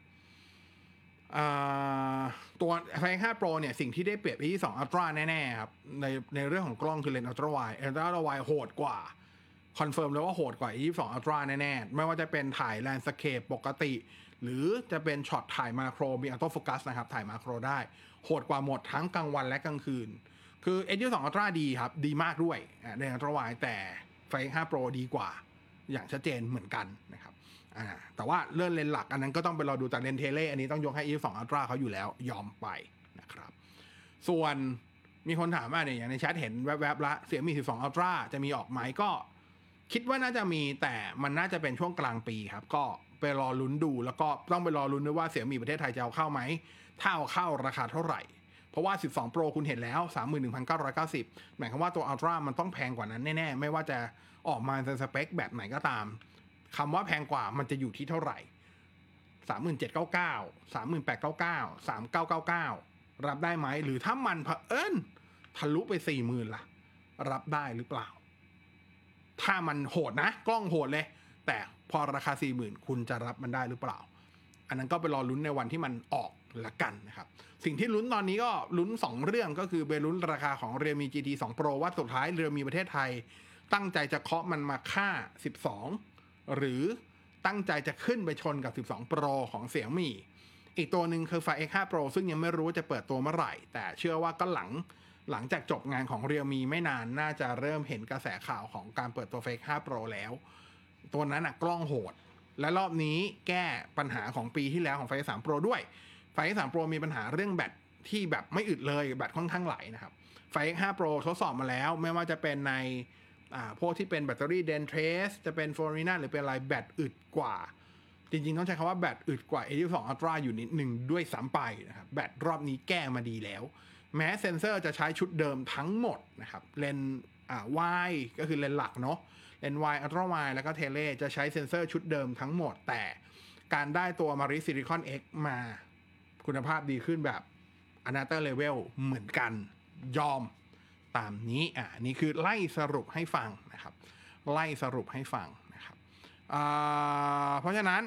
ตัว Find เอ็กซ์ ไฟว์ Pro เนี่ยสิ่งที่ได้เปรียบ เอส ยี่สิบสอง Ultra แน่ๆครับในในเรื่องของกล้องคือเลนส์ Ultra Wide Ultra Wide โหดกว่าคอนเฟิร์มเลยว่าโหดกว่า เอส ยี่สิบสอง Ultra แน่ๆไม่ว่าจะเป็นถ่าย Landscape ปกติหรือจะเป็นช็อตถ่ายมาโครมีออโต้โฟกัสนะครับถ่ายมาโครได้โหดกว่าหมดทั้งกลางวันและกลางคืนคือ เอส ยี่สิบสอง Ultra ดีครับดีมากด้วยใน Ultra Wide แต่ Find เอ็กซ์ ไฟว์ Pro ดีกว่าอย่างชัดเจนเหมือนกันนะครับอ่าแต่ว่าเลื่อนเลนส์หลักอันนั้นก็ต้องไปรอดูแต่เลนส์เทเลอันนี้ต้องยกให้ เอส ยี่สิบสอง Ultra เขาอยู่แล้วยอมไปนะครับส่วนมีคนถามว่าเนี่ยอย่างในแชทเห็นแวบๆละเสี่ยมี่สิบสอง Ultra จะมีออกไหมก็คิดว่าน่าจะมีแต่มันน่าจะเป็นช่วงกลางปีครับก็ไปรอลุ้นดูแล้วก็ต้องไปรอลุ้นด้วยว่าเสี่ยมี่ประเทศไทยจะเอาเข้าไหมถ้าเอาเข้าราคาเท่าไหร่เพราะว่าสิบสอง Pro คุณเห็นแล้ว สามหมื่นหนึ่งพันเก้าร้อยเก้าสิบ หมายความว่าตัว Ultra มันต้องแพงกว่านั้นแน่ๆไม่ว่าจะออกมาในสเปคแบบไหนก็ตามคำว่าแพงกว่ามันจะอยู่ที่เท่าไหร่ สามหมื่นเจ็ดพันเก้าร้อยเก้าสิบ สามหมื่นแปดพันเก้าร้อยเก้าสิบ สามหมื่นเก้าพันเก้าร้อยเก้าสิบรับได้ไหมหรือถ้ามันเผอิญทะลุไป สี่หมื่น ล่ะรับได้หรือเปล่าถ้ามันโหดนะกล้องโหดเลยแต่พอราคา สี่หมื่น คุณจะรับมันได้หรือเปล่าอันนั้นก็ไปรอลุ้นในวันที่มันออกละกันนะครับสิ่งที่ลุ้นตอนนี้ก็ลุ้นสองเรื่องก็คือไปลุ้นราคาของ Realme จี ที ทู Pro ว่าสุดท้าย Realme ประเทศไทยตั้งใจจะเคาะมันมาค่าสิบสองหรือตั้งใจจะขึ้นไปชนกับสิบสอง Pro ของ Xiaomi อีกตัวหนึ่งคือ Find เอ็กซ์ ไฟว์ Pro ซึ่งยังไม่รู้ว่าจะเปิดตัวเมื่อไหร่แต่เชื่อว่าก็หลังหลังจากจบงานของ Realme ไม่นานน่าจะเริ่มเห็นกระแสข่าวของการเปิดตัว Find เอ็กซ์ ไฟว์ Pro แล้วตัวนั้นน่ะกล้องโหดและรอบนี้แก้ปัญหาของปีที่แล้วของ Find เอ็กซ์ ไฟว์ Pro ด้วย Find เอ็กซ์ ไฟว์ Pro มีปัญหาเรื่องแบตที่แบบไม่อึดเลยแบตค่อนข้างไหลนะครับ Find เอ็กซ์ ไฟว์ Pro ทดสอบมาแล้วไม่ว่าจะเป็นในอ่าพวกที่เป็นแบตเตอรี่ Dentrase จะเป็น Forina หรือเป็นอะไรแบตอึดกว่าจริงๆต้องใช้คำว่าแบตอึดกว่า เอ ยี่สิบสอง Ultra อยู่นิดหนึ่งด้วยซ้ำไปนะครับแบตรอบนี้แก้มาดีแล้วแม้เซนเซอร์จะใช้ชุดเดิมทั้งหมดนะครับเลนส์อ่า Y ก็คือเลนส์หลักเนาะเลนส์ Y Ultra Wide แล้วก็ Tele จะใช้เซนเซอร์ชุดเดิมทั้งหมดแต่การได้ตัว Maris Silicon X มาคุณภาพดีขึ้นแบบ Another Level เหมือนกันยอมตามนี้อ่ะนี่คือไล่สรุปให้ฟังนะครับไล่สรุปให้ฟังนะครับเพราะฉะนั้น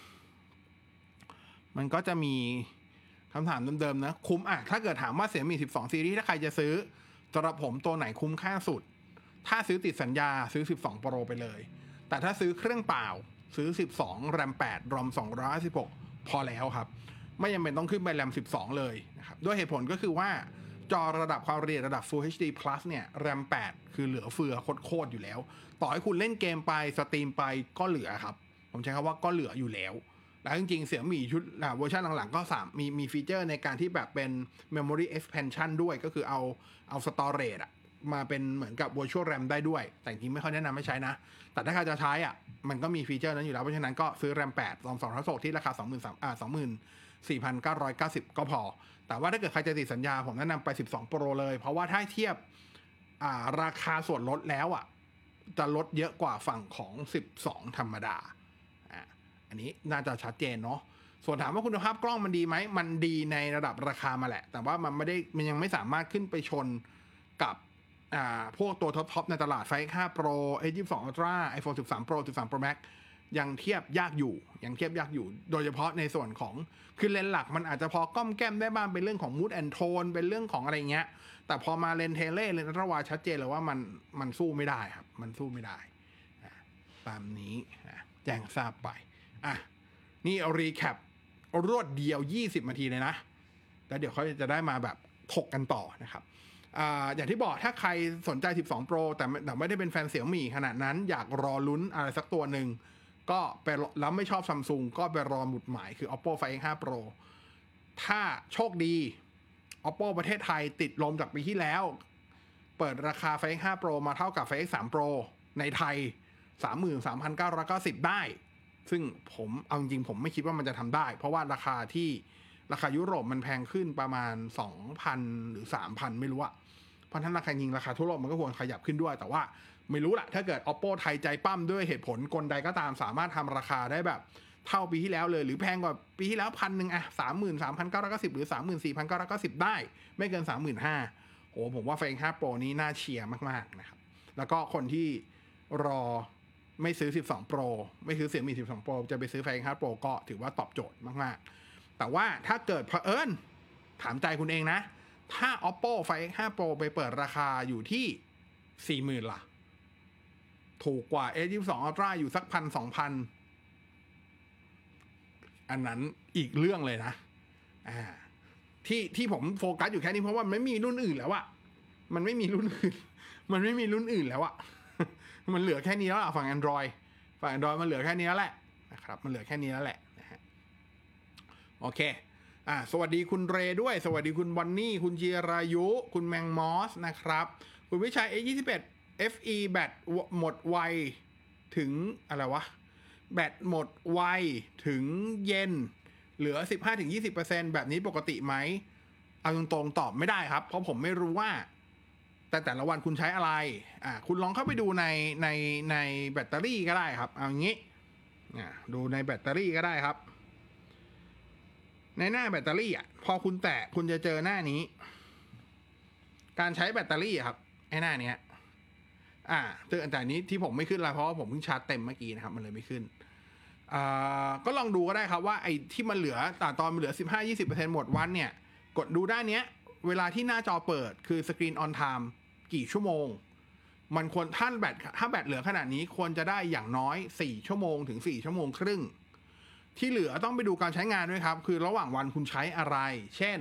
มันก็จะมีคำถามเดิมๆนะคุ้มอ่ะถ้าเกิดถามว่าเสี่ยมี่สิบสองซีรีส์ถ้าใครจะซื้อสำหรับผมตัวไหนคุ้มค่าสุดถ้าซื้อติดสัญญาซื้อสิบสอง Pro ไปเลยแต่ถ้าซื้อเครื่องเปล่าซื้อสิบสอง แรม แปด รอม สองร้อยห้าสิบหกพอแล้วครับไม่จำเป็นต้องขึ้นไปแรมสิบสองเลยนะครับด้วยเหตุผลก็คือว่าจอระดับความละเอียดระดับ Full เอช ดี Plus เนี่ยแรม แปดคือเหลือเฟือโคตรๆอยู่แล้วต่อให้คุณเล่นเกมไปสตรีมไปก็เหลือครับผมใช้คำว่าก็เหลืออยู่แล้วแล้วจริงๆเสี่ยมี่ชุดเวอร์ชันหลังๆก็สามมีมีฟีเจอร์ในการที่แบบเป็น Memory Expansion ด้วยก็คือเอาเอา Storage อะมาเป็นเหมือนกับ Virtual RAM ได้ด้วยแต่จริงไม่ค่อยแนะนำให้ใช้นะแต่ถ้าใครจะใช้อ่ะมันก็มีฟีเจอร์นั้นอยู่แล้วเพราะฉะนั้นก็ซื้อ แรม แปด รอม สองร้อยหกสิบที่ราคา สองหมื่นสามพัน อ่า สองหมื่นสี่พันเก้าร้อยเก้าสิบ ก็พอแต่ว่าถ้าเกิดใครจะติดสัญญาผมแนะนำไปสิบสอง Pro เลยเพราะว่าถ้าเทียบอ่าราคาส่วนลดแล้วอ่ะจะลดเยอะกว่าฝั่งของสิบสองธรรมดาอ่าอันนี้น่าจะชัดเจนเนาะส่วนถามว่าคุณภาพกล้องมันดีไหมมันดีในระดับราคามาแหละแต่ว่ามันไม่ได้มันยังไม่สามารถขึ้นไปชนกับอ่าพวกตัวท็อปๆในตลาด Find เอ็กซ์ ไฟว์ Pro เอ ยี่สิบสอง Ultra iPhone สิบสาม Pro สิบสาม Pro Max ยังเทียบยากอยู่ยังเทียบยากอยู่โดยเฉพาะในส่วนของคือเลนส์หลักมันอาจจะพอก้อมแก้มได้บ้างเป็นเรื่องของ mood and tone เป็นเรื่องของอะไรเงี้ยแต่พอมาเลนส์เทเลเลนส์อัลตร้าไวด์ชัดเจนเลยว่ามันมันสู้ไม่ได้ครับมันสู้ไม่ได้ตามนี้แจ้งทราบไปอ่ะนี่เอารีแคปรวดเดียวยี่สิบนาทีเลยนะแล้วเดี๋ยวเขาจะได้มาแบบถกกันต่อนะครับอ่าอย่างที่บอกถ้าใครสนใจสิบสอง Pro แต่แต่ไม่ได้เป็นแฟนเสี่ยมี่ขนาดนั้นอยากรอลุ้นอะไรสักตัวหนึ่งก็ไปแล้วไม่ชอบ Samsung ก็ไปรอหมุดหมายคือ Oppo Find เอ็กซ์ ไฟว์ Pro ถ้าโชคดี Oppo ประเทศไทยติดลมจากปีที่แล้วเปิดราคา Find เอ็กซ์ ไฟว์ Pro มาเท่ากับ Find เอ็กซ์ ไฟว์ สาม Pro ในไทย สามหมื่นสามพันเก้าร้อยเก้าสิบ ได้ซึ่งผมเอาจริงๆผมไม่คิดว่ามันจะทำได้เพราะว่าราคาที่ราคายุโรปมันแพงขึ้นประมาณ สองพัน หรือ สามพัน ไม่รู้อะเพราะฉะนั้นราคายิงราคาทั่วโลกมันก็ควรขยับขึ้นด้วยแต่ว่าไม่รู้แหละถ้าเกิด Oppo ไทยใจปั้มด้วยเหตุผลกลใดก็ตามสามารถทำราคาได้แบบเท่าปีที่แล้วเลยหรือแพงกว่าปีที่แล้วพันหนึ่งอะสามหมื่นสามพันเก้าร้อยเก้าสิบหรือสามหมื่นสี่พันเก้าร้อยเก้าสิบได้ไม่เกินสามหมื่นห้าโอ้ผมว่าไฟห้า Pro นี้น่าเชียร์มากๆนะครับแล้วก็คนที่รอไม่ซื้อสิบสอง Pro ไม่ซื้อเสี่ยมี่สิบสอง Pro จะไปซื้อไฟห้า Pro ก็ถือว่าตอบโจทย์มากๆแต่ว่าถ้าเกิดเผอิญถามใจคุณเองนะถ้า Oppo ไฟห้า Pro ไปเปิดราคาอยู่ที่ สี่หมื่น ล่ะถูกกว่า เอส ยี่สิบสอง Ultra อยู่สัก หนึ่งพัน สองพัน อันนั้นอีกเรื่องเลยนะอ่าที่ที่ผมโฟกัสอยู่แค่นี้เพราะว่ามันไม่มีรุ่นอื่นแล้วอะมันไม่มีรุ่นอื่นมันไม่มีรุ่นอื่นแล้วอะมันเหลือแค่นี้แล้วอะฝั่ง Android ฝั่ง Android มันเหลือแค่นี้แล้วแหละนะครับมันเหลือแค่นี้แล้วแหละนะฮะโอเคอ่าสวัสดีคุณเรด้วยสวัสดีคุณบอนนี่คุณจิรายุคุณแมงมอสนะครับคุณวิชัย เอ ยี่สิบเอ็ด เอฟ อี แบตหมดไวถึงอะไรวะแบตหมดไวถึงเย็นเหลือ สิบห้าถึงยี่สิบเปอร์เซ็นต์ แบบนี้ปกติไหมเอาตรงๆตอบไม่ได้ครับเพราะผมไม่รู้ว่าแต่แต่ละวันคุณใช้อะไรอ่าคุณลองเข้าไปดูในในในแบตเตอรี่ก็ได้ครับเอางี้อ่าดูในแบตเตอรี่ก็ได้ครับในหน้าแบตเตอรี่อ่ะพอคุณแตะคุณจะเจอหน้านี้การใช้แบตเตอรี่ครับไอ้หน้านี้อ่าแต่อันนี้ที่ผมไม่ขึ้นละเพราะว่าผมเพิ่งชาร์จเต็มเมื่อกี้นะครับมันเลยไม่ขึ้นอ่าก็ลองดูก็ได้ครับว่าไอ้ที่มันเหลือตอนมันเหลือ สิบห้าถึงยี่สิบเปอร์เซ็นต์ หมดวันเนี่ยกดดูด้านเนี้ยเวลาที่หน้าจอเปิดคือสกรีนออนไทม์กี่ชั่วโมงมันควรท่านแบตถ้าแบตเหลือขนาดนี้ควรจะได้อย่างน้อยสี่ชั่วโมงถึงสี่ชั่วโมงครึ่งที่เหลือต้องไปดูการใช้งานด้วยครับคือระหว่างวันคุณใช้อะไรเช่น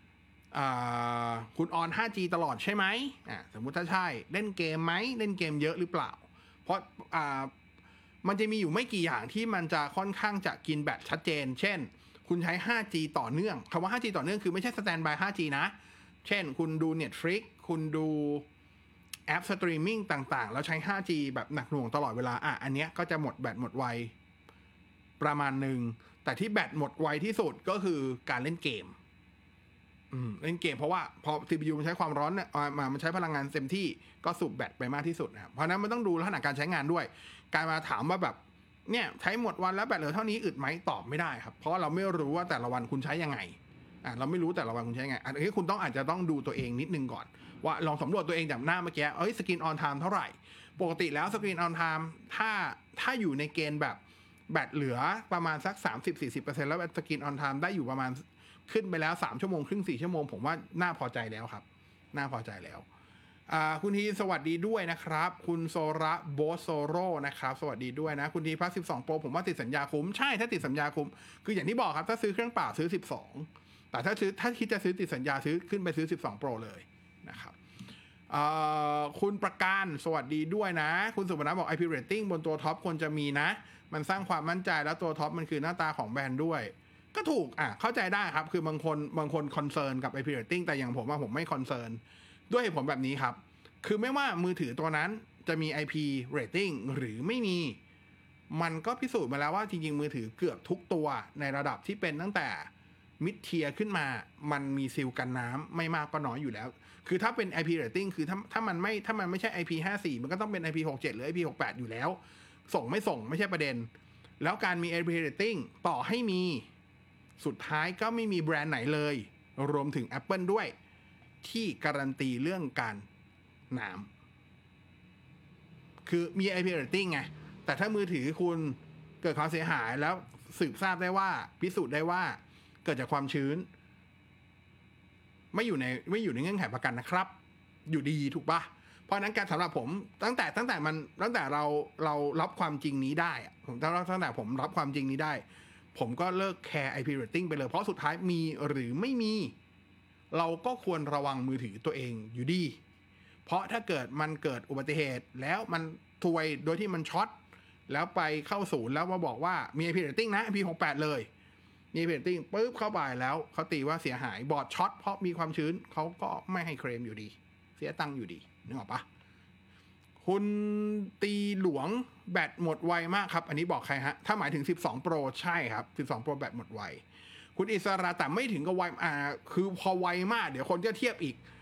คุณออน ห้าจี ตลอดใช่ไหมสมมุติถ้าใช่เล่นเกมไหมเล่นเกมเยอะหรือเปล่าเพราะมันจะมีอยู่ไม่กี่อย่างที่มันจะค่อนข้างจะกินแบตชัดเจนเช่นคุณใช้ ห้าจี ต่อเนื่องคำว่า ห้าจี ต่อเนื่องคือไม่ใช่สแตนด์บาย ห้าจี นะเช่นคุณดู Netflix คุณดูแอปสตรีมมิ่งต่างๆแล้วใช้ ห้าจี แบบหนักหน่วงตลอดเวลาอ่ะอันเนี้ยก็จะหมดแบตหมดไวประมาณหนึ่งแต่ที่แบตหมดไวที่สุดก็คือการเล่นเกมอืมเล่นเกมเพราะว่าพอ ซี พี ยู มันใช้ความร้อนเนี่ยมามันใช้พลังงานเต็มที่ก็สูบแบตไปมากที่สุดนะครับเพราะนั้นมันต้องดูลักษณะการใช้งานด้วยการมาถามว่าแบบเนี่ยใช้หมดวันแล้วแบตเหลือเท่านี้อึดไหมตอบไม่ได้ครับเพราะเราไม่รู้ว่าแต่ละวันคุณใช้ยังไงอ่าเราไม่รู้แต่ละวันคุณใช้ยังไงอันนี้คุณต้องอาจจะต้องดูตัวเองนิดนึงก่อนว่าลองสำรวจตัวเองจากหน้าเมื่อกี้เอ้ยสกรีนออนไทม์เท่าไหร่ปกติแล้วสกรีนออนไทม์ถ้าถ้าอยู่ในเกณฑ์แบบแบตเหลือประมาณสัก สามสิบถึงสี่สิบเปอร์เซ็นต์ แล้วสกรีนออนไทม์ได้อยู่ประมาณขึ้นไปแล้วสามชั่วโมงครึ่งสี่ชั่วโมงผมว่าน่าพอใจแล้วครับน่าพอใจแล้วคุณทีสวัสดีด้วยนะครับคุณโซระโบโซโรนะครับสวัสดีด้วยนะคุณทีพัสสิบสองโปรผมว่าติดสัญญาคุ้มใช่ถ้าติดสัญญาคุ้มคืออย่างที่บอกครับถ้าซื้อเครื่องเปล่าซื้อสิบสองแต่ถ้าซื้อถ้าคิดจะซื้อติดสัญญาซื้อขึ้นไปซื้อสิบสองโปรเลยนะครับคุณประการสวัสดีด้วยนะคุณสุวรรณบอก ไอ พี rating บนตัวท็อปควรจะมีนะมันสร้างความมั่นใจแล้วตัวท็อปมันคือหน้าตาของแบรนด์ด้วยก็ถูกอ่ะเข้าใจได้ครับคือบางคนบางคนคอนเซิร์นกับ ไอ พี rating แต่อย่างผมว่าผมไม่คอนเซิร์นด้วยเหตุผลแบบนี้ครับคือไม่ว่ามือถือตัวนั้นจะมี ไอ พี rating หรือไม่มีมันก็พิสูจน์มาแล้วว่าจริงๆมือถือเกือบทุกตัวในระดับที่เป็นตั้งแต่มิดเทียร์ขึ้นมามันมีซีลกันน้ำไม่มากก็น้อยอยู่แล้วคือถ้าเป็น ไอ พี rating คือถ้าถ้ามันไม่ถ้ามันไม่ใช่ ไอ พี ห้าสิบสี่มันก็ต้องเป็น ไอ พี หกสิบเจ็ดหรือ ไอ พี หกสิบแปดอยู่แล้วส่งไม่ส่งไม่ใช่ประเด็นแล้วการมี ไอ พี rating ต่อให้มีสุดท้ายก็ไม่มีแบรนด์ไหนเลยรวมถึง Apple ด้วยที่การันตีเรื่องการน้ำคือมี ไอ พี rating ไงแต่ถ้ามือถือคุณเกิดความเสียหายแล้วสืบทราบได้ว่าพิสูจน์ได้ว่าเกิดจากความชื้นไม่อยู่ในไม่อยู่ในเงื่อนไขประกันนะครับอยู่ดีถูกปะเพราะนั้นการสำหรับผมตั้งแต่ตั้งแต่มันตั้งแต่เราเรารับความจริงนี้ได้ผมตั้งตั้งแต่ผมรับความจริงนี้ได้ผมก็เลิกแคร์ ไอ พี rating ไปเลยเพราะสุดท้ายมีหรือไม่มีเราก็ควรระวังมือถือตัวเองอยู่ดีเพราะถ้าเกิดมันเกิดอุบัติเหตุแล้วมันทวยโดยที่มันช็อตแล้วไปเข้าศูนย์แล้วมาบอกว่ามี ไอ พี rating นะ ไอ พี หกสิบแปดเลยมี ไอ พี rating ปุ๊บเข้าไปแล้วเขาตีว่าเสียหายบอร์ดช็อตเพราะมีความชื้นเขาก็ไม่ให้เคลมอยู่ดีเสียตังค์อยู่ดีนึกออกปะคุณตีหลวงแบตหมดไวมากครับอันนี้บอกใครฮะถ้าหมายถึงสิบสอง Pro ใช่ครับสิบสอง Pro แบตหมดไวคุณอิสระแต่ไม่ถึงกับไวอ่าคือพอไวมากเดี๋ยวคนจะเทียบอีก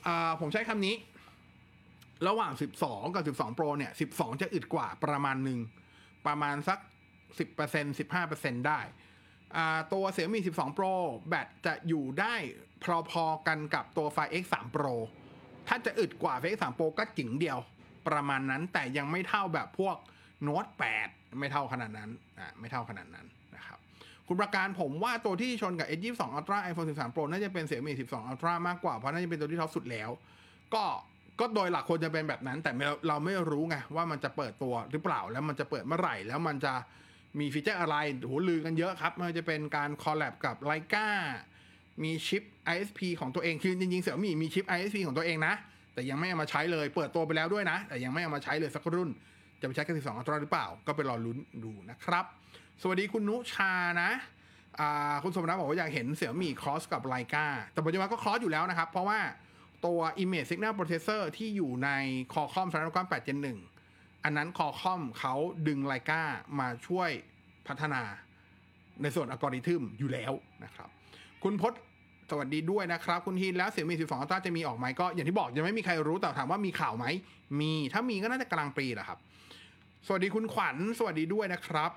อ่าผมใช้คำนี้ระหว่างสิบสองกับสิบสอง Pro เนี่ยสิบสองจะอึดกว่าประมาณหนึ่งประมาณสัก สิบเปอร์เซ็นต์ สิบห้าเปอร์เซ็นต์ ได้อ่าตัว Xiaomi สิบสอง Pro แบตจะอยู่ได้พอๆกันกับตัว ไฟว์ เอ็กซ์ ทรี Pro ถ้าจะอึดกว่า ไฟว์ เอ็กซ์ ทรี Pro ก็จิ๋งเดียวประมาณนั้นแต่ยังไม่เท่าแบบพวก Note แปดไม่เท่าขนาดนั้นอ่าไม่เท่าขนาดนั้นนะครับคุณประการผมว่าตัวที่ชนกับ เอส ยี่สิบสอง Ultra iPhone สิบสาม Pro น่าจะเป็น Xiaomi สิบสอง Ultra มากกว่าเพราะน่าจะเป็นตัวที่ท็อปสุดแล้วก็ก็โดยหลักควรจะเป็นแบบนั้นแต่เราเราไม่รู้ไงว่ามันจะเปิดตัวหรือเปล่าแล้วมันจะเปิดเมื่อไหร่แล้วมันจะมีฟีเจอร์อะไรโหลือกันเยอะครับมันจะเป็นการคอลแลบกับไลกามีชิป ไอ เอส พี ของตัวเองคือจริงๆ Xiaomi มีชิป ไอ เอส พี ของตัวเองนะแต่ยังไม่เอามาใช้เลยเปิดตัวไปแล้วด้วยนะแต่ยังไม่เอามาใช้เลยสักรุ่นจะไปใช้กับสิบสอง Ultra หรือเปล่าก็ไปรอลุ้นดูนะครับสวัสดีคุณนุชานะอ่าคุณสมนัทบอกว่าอยากเห็น Xiaomi cross กับไลกาแต่ปัจจุบันก็ cross อยู่แล้วนะครับเพราะว่าตัว Image Signal Processor ที่อยู่ใน Qualcomm Snapdragon แปด Gen หนึ่งอันนั้น Qualcomm เขาดึงไลกามาช่วยพัฒนาในส่วนอัลกอริทึมอยู่แล้วนะครับคุณพจน์สวัสดีด้วยนะครับคุณฮินแล้ว Xiaomi สิบสอง Ultra จะมีออกไหมก็อย่างที่บอกยังไม่มีใครรู้แต่ถามว่ามีข่าวไหมมีถ้ามีก็น่าจะกลางปีแหละครับสวัสดีคุณขวัญสวัสดีด้วยนะครับ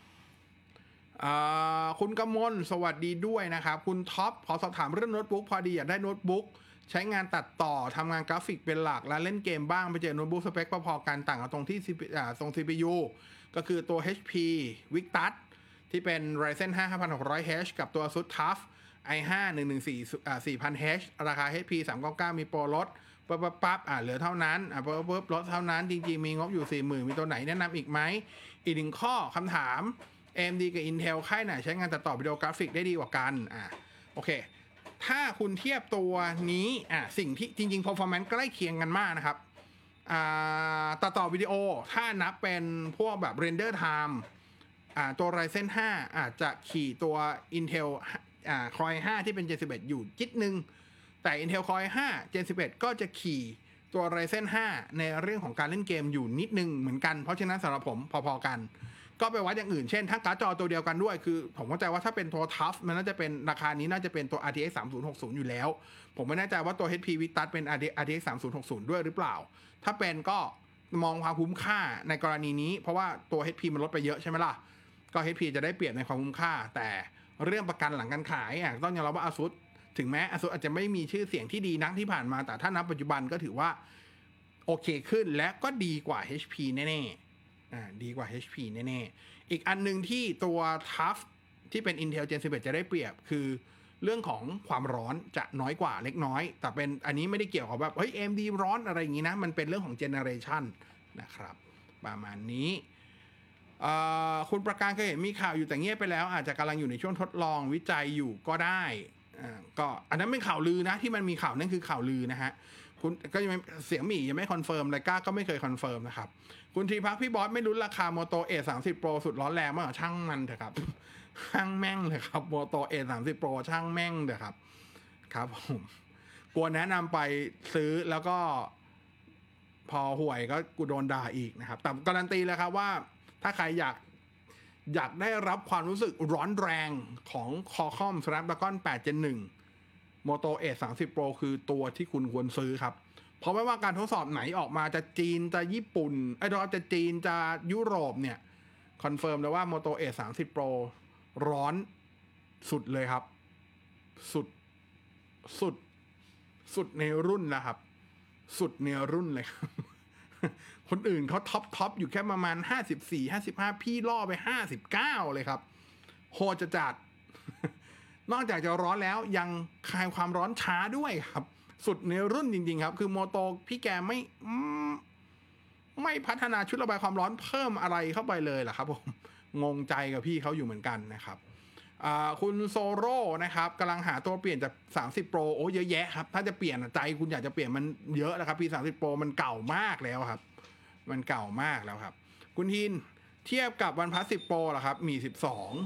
คุณกมลสวัสดีด้วยนะครับคุณท็อปขอสอบถามเรื่องโน้ตบุ๊กพอดีอยากได้โน้ตบุ๊กใช้งานตัดต่อทำงานกราฟิกเป็นหลักและเล่นเกมบ้างไปเจอโน้ตบุ๊กสเปคพอๆกันต่างกันตรงที่ตรง ซี พี ยู ก็คือตัว เอช พี Victus ที่เป็น Ryzen ห้า ห้าพันหกร้อยเอช กับตัว Asus ทัฟ ไอ ไฟว์ หนึ่งหนึ่งสี่ อ่า สี่พันเอช ราคา เอช พี สามเก้าเก้ามีโปรลดปั๊บปั๊บปั๊บอ่าเหลือเท่านั้นอ่าปั๊บปั๊บลดเท่านั้นจริงๆมีงบอยู่ สี่หมื่น มีตัวไหนแนะนำอีกไหมอีกหนึ่งข้อคำถาม เอ เอ็ม ดี กับ Intel ค่ายไหนใช้งานตัดต่อวิดีโอกราฟิกได้ดีกว่ากันอ่าโอเคถ้าคุณเทียบตัวนี้อ่ะสิ่งที่จริงๆ performance ใกล้เคียงกันมากนะครับอ่าตัดต่อวิดีโอถ้านับเป็นพวกแบบ render time อ่าตัว Ryzen ห้าอาจจะขี่ตัว Intel อ่า Core ไอ ไฟว์ ที่เป็น Gen สิบเอ็ดอยู่จิตนึงแต่ Intel Core ไอ ไฟว์ Gen สิบเอ็ดก็จะขี่ตัว Ryzen ห้าในเรื่องของการเล่นเกมอยู่นิดนึงเหมือนกันเพราะฉะนั้นสำหรับผมพอๆกันก็ไปวัดอย่างอื่นเช่นถ้าการ์ดจอตัวเดียวกันด้วยคือผมเข้าใจว่าถ้าเป็นตัว ทัฟ มันน่าจะเป็นราคานี้น่าจะเป็นตัว อาร์ ที เอ็กซ์ สามศูนย์หกศูนย์ อยู่แล้วผมไม่แน่ใจว่าตัว เอช พี Victus เป็น อาร์ ที เอ็กซ์ สามศูนย์หกศูนย์ ด้วยหรือเปล่าถ้าเป็นก็มองความคุ้มค่าในกรณีนี้เพราะว่าตัว เอช พี มันลดไปเยอะใช่ไหมล่ะก็ เอช พี จะได้เปรียบในความคุ้มค่าแต่เรื่องประกันหลังการขายอ่ะต้องยอมรับว่า Asus ถึงแม้ Asus อาจจะไม่มีชื่อเสียงที่ดีนักที่ผ่านมาแต่ถ้านับปัจจุบันก็ถือว่าโอเคขึ้นและก็ดีกว่า เอช พี แน่ๆอ่าดีกว่า เอช พี แน่ๆอีกอันนึงที่ตัว ทัฟ ที่เป็น Intel Gen สิบเอ็ดจะได้เปรียบคือเรื่องของความร้อนจะน้อยกว่าเล็กน้อยแต่เป็นอันนี้ไม่ได้เกี่ยวกับแบบเฮ้ย เอ็ม ดี ร้อนอะไรอย่างนี้นะมันเป็นเรื่องของ generation นะครับประมาณนี้คุณประการเคยเห็นมีข่าวอยู่แต่เงียบไปแล้วอาจจะกำลังอยู่ในช่วงทดลองวิจัยอยู่ก็ได้ก็อันนั้นเป็นข่าวลือนะที่มันมีข่าวนั่นคือข่าวลือนะฮะคุณก็ยังเสียงหมี่ยังไม่คอนเฟิร์มเลยก้าก็ไม่เคยคอนเฟิร์มนะครับคุณทีพักพี่บอสไม่รู้ราคาโมโต เอ สามสิบ Pro สุดร้อนแรงมากช่างมันเถอะครับช่างแม่งเลยครับโมโต เอ สามสิบ Pro ช่างแม่งเถอะครับครับผมกลัวแนะนำไปซื้อแล้วก็พอห่วยก็กูโดนด่าอีกนะครับแต่การันตีเลยครับว่าถ้าใครอยากอยากได้รับความรู้สึกร้อนแรงของ Qualcomm Snapdragon แปด Gen หนึ่ง Moto เอ สามสิบ Pro คือตัวที่คุณควรซื้อครับเพราะไม่ว่าการทดสอบไหนออกมาจะจีนจะญี่ปุ่นไอ้เราจะจีนจะยุโรปเนี่ยคอนเฟิร์มเลยว่า Moto เอ สามสิบ Pro ร้อนสุดเลยครับสุดสุดสุดในรุ่นนะครับ สุดในรุ่นเลยครับคนอื่นเขาท็อปท็อปอยู่แค่ประมาณห้าสิบสี่ ห้าสิบห้าพี่ล่อไปห้าสิบเก้าเลยครับโหจะจัด นอกจากจะร้อนแล้วยังคลายความร้อนช้าด้วยครับสุดในรุ่นจริงๆครับคือโมโตพี่แกไม่ไม่พัฒนาชุดระบายความร้อนเพิ่มอะไรเข้าไปเลยล่ะครับผมงงใจกับพี่เขาอยู่เหมือนกันนะครับคุณโซโร่นะครับกำลังหาตัวเปลี่ยนจากสามสิบ Pro โอ้เยอะแยะครับถ้าจะเปลี่ยนใจคุณอยากจะเปลี่ยนมันเยอะนะครับพี่ สามสิบ Pro มันเก่ามากแล้วครับมันเก่ามากแล้วครับคุณฮินเทียบกับ OnePlus สิบ Pro เหรอครับมีสิบสอง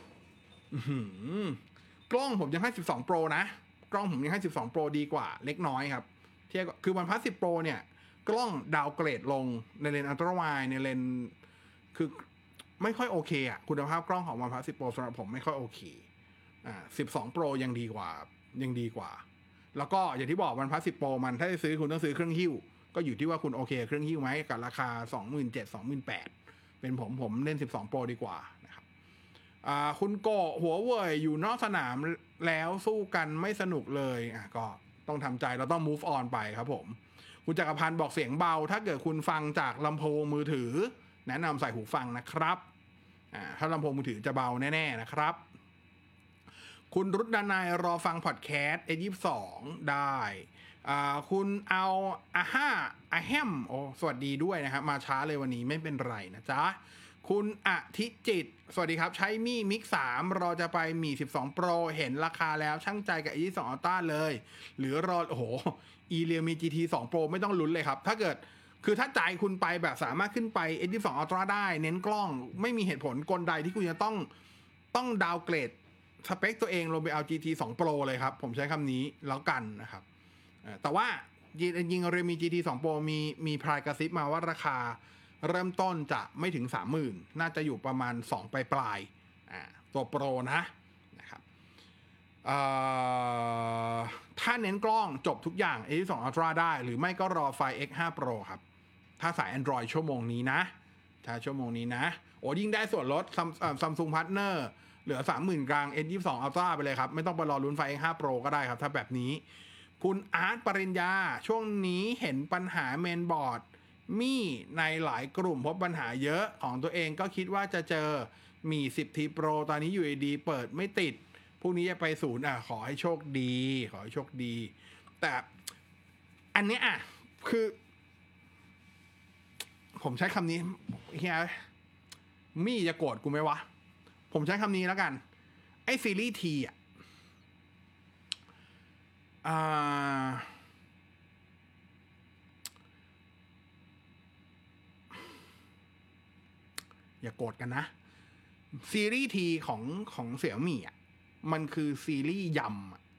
กล้องผมยังให้สิบสอง Pro นะกล้องผมยังให้สิบสอง Pro ดีกว่าเล็กน้อยครับเทียบคือ OnePlus สิบ Pro เนี่ยกล้องดาวเกรดลงในเลนส์อัลตร้าไวด์ในเลนส์คือไม่ค่อยโอเคอ่ะคุณภาพกล้องของ OnePlus สิบ Pro สำหรับผมไม่ค่อยโอเคอ่าสิบสอง Pro ยังดีกว่ายังดีกว่าแล้วก็อย่างที่บอกมันพาสสิบโปรมันถ้าจะซื้อคุณต้องซื้อเครื่องหิ้วก็อยู่ที่ว่าคุณโอเคเครื่องหิ้วไหมกับราคา สองหมื่นเจ็ดพัน สองหมื่นแปดพัน เป็นผมผมเล่นสิบสองโปรดีกว่านะครับอ่าคุณโกหัวเว่ยอยู่นอกสนามแล้วสู้กันไม่สนุกเลยอ่ะก็ต้องทำใจเราต้อง move on ไปครับผมคุณจักรพันธ์บอกเสียงเบาถ้าเกิดคุณฟังจากลำโพงมือถือแนะนำใส่หูฟังนะครับอ่าถ้าลำโพงมือถือจะเบาแน่ๆนะครับคุณรุดดานายรอฟังพอดแคสต์ เอ ยี่สิบสอง ได้อ่าคุณเอาอาห้าอาแฮมโอ้สวัสดีด้วยนะครับมาช้าเลยวันนี้ไม่เป็นไรนะจ๊ะคุณอธิจิตสวัสดีครับใช้มี่มิกสามรอจะไปมี่สิบสอง Pro เห็นราคาแล้วช่างใจกับ เอ ยี่สิบสอง Ultra เลยหรือรอโอ้โหอีเรียมี จี ที ทู Pro ไม่ต้องลุ้นเลยครับถ้าเกิดคือถ้าใจคุณไปแบบสามารถขึ้นไป เอ ยี่สิบสอง Ultra ได้เน้นกล้องไม่มีเหตุผลกลใดที่คุณจะต้องต้องดาวเกรดสเปคตัวเองลงไปเอา จี ที ทู Pro เลยครับผมใช้คำนี้แล้วกันนะครับแต่ว่ายิงเรมี จี ที ทู Pro มีมีพรายกระซิบมาว่าราคาเริ่มต้นจะไม่ถึง สามหมื่น น่าจะอยู่ประมาณสองปลายปลายอ่าตัวโปรนะนะครับถ้าเน้นกล้องจบทุกอย่าง เอ ยี่สิบสอง Ultra ได้หรือไม่ก็รอไฟ เอ็กซ์ ห้า Pro ครับถ้าสาย Android ชั่วโมงนี้นะถ้าชั่วโมงนี้นะโอ้ยิ่งได้ส่วนลด Samsung Partner เหลือ สามหมื่น กลาง เอ ยี่สิบสอง Ultra ไปเลยครับไม่ต้องไปรอลุ้นไฟ เอ็กซ์ ห้า Pro ก็ได้ครับถ้าแบบนี้คุณอาร์ตปริญญาช่วงนี้เห็นปัญหาเมนบอร์ดมี่ในหลายกลุ่มพบปัญหาเยอะของตัวเองก็คิดว่าจะเจอมี สิบ ที Pro ตอนนี้อยู่ดีเปิดไม่ติดพรุ่งนี้จะไปศูนย์อ่ะขอให้โชคดีขอให้โชคดีแต่อันนี้อ่ะคือผมใช้คำนี้เฮียมี่จะโกรธกูไหมวะผมใช้คำนี้แล้วกันไอ้ซีรีส์ทีอ่ะอ่าอย่าโกรธกันนะซีรีส์ทีของของเสี่ยหมี่อ่ะมันคือซีรีส์ยำอ่ะ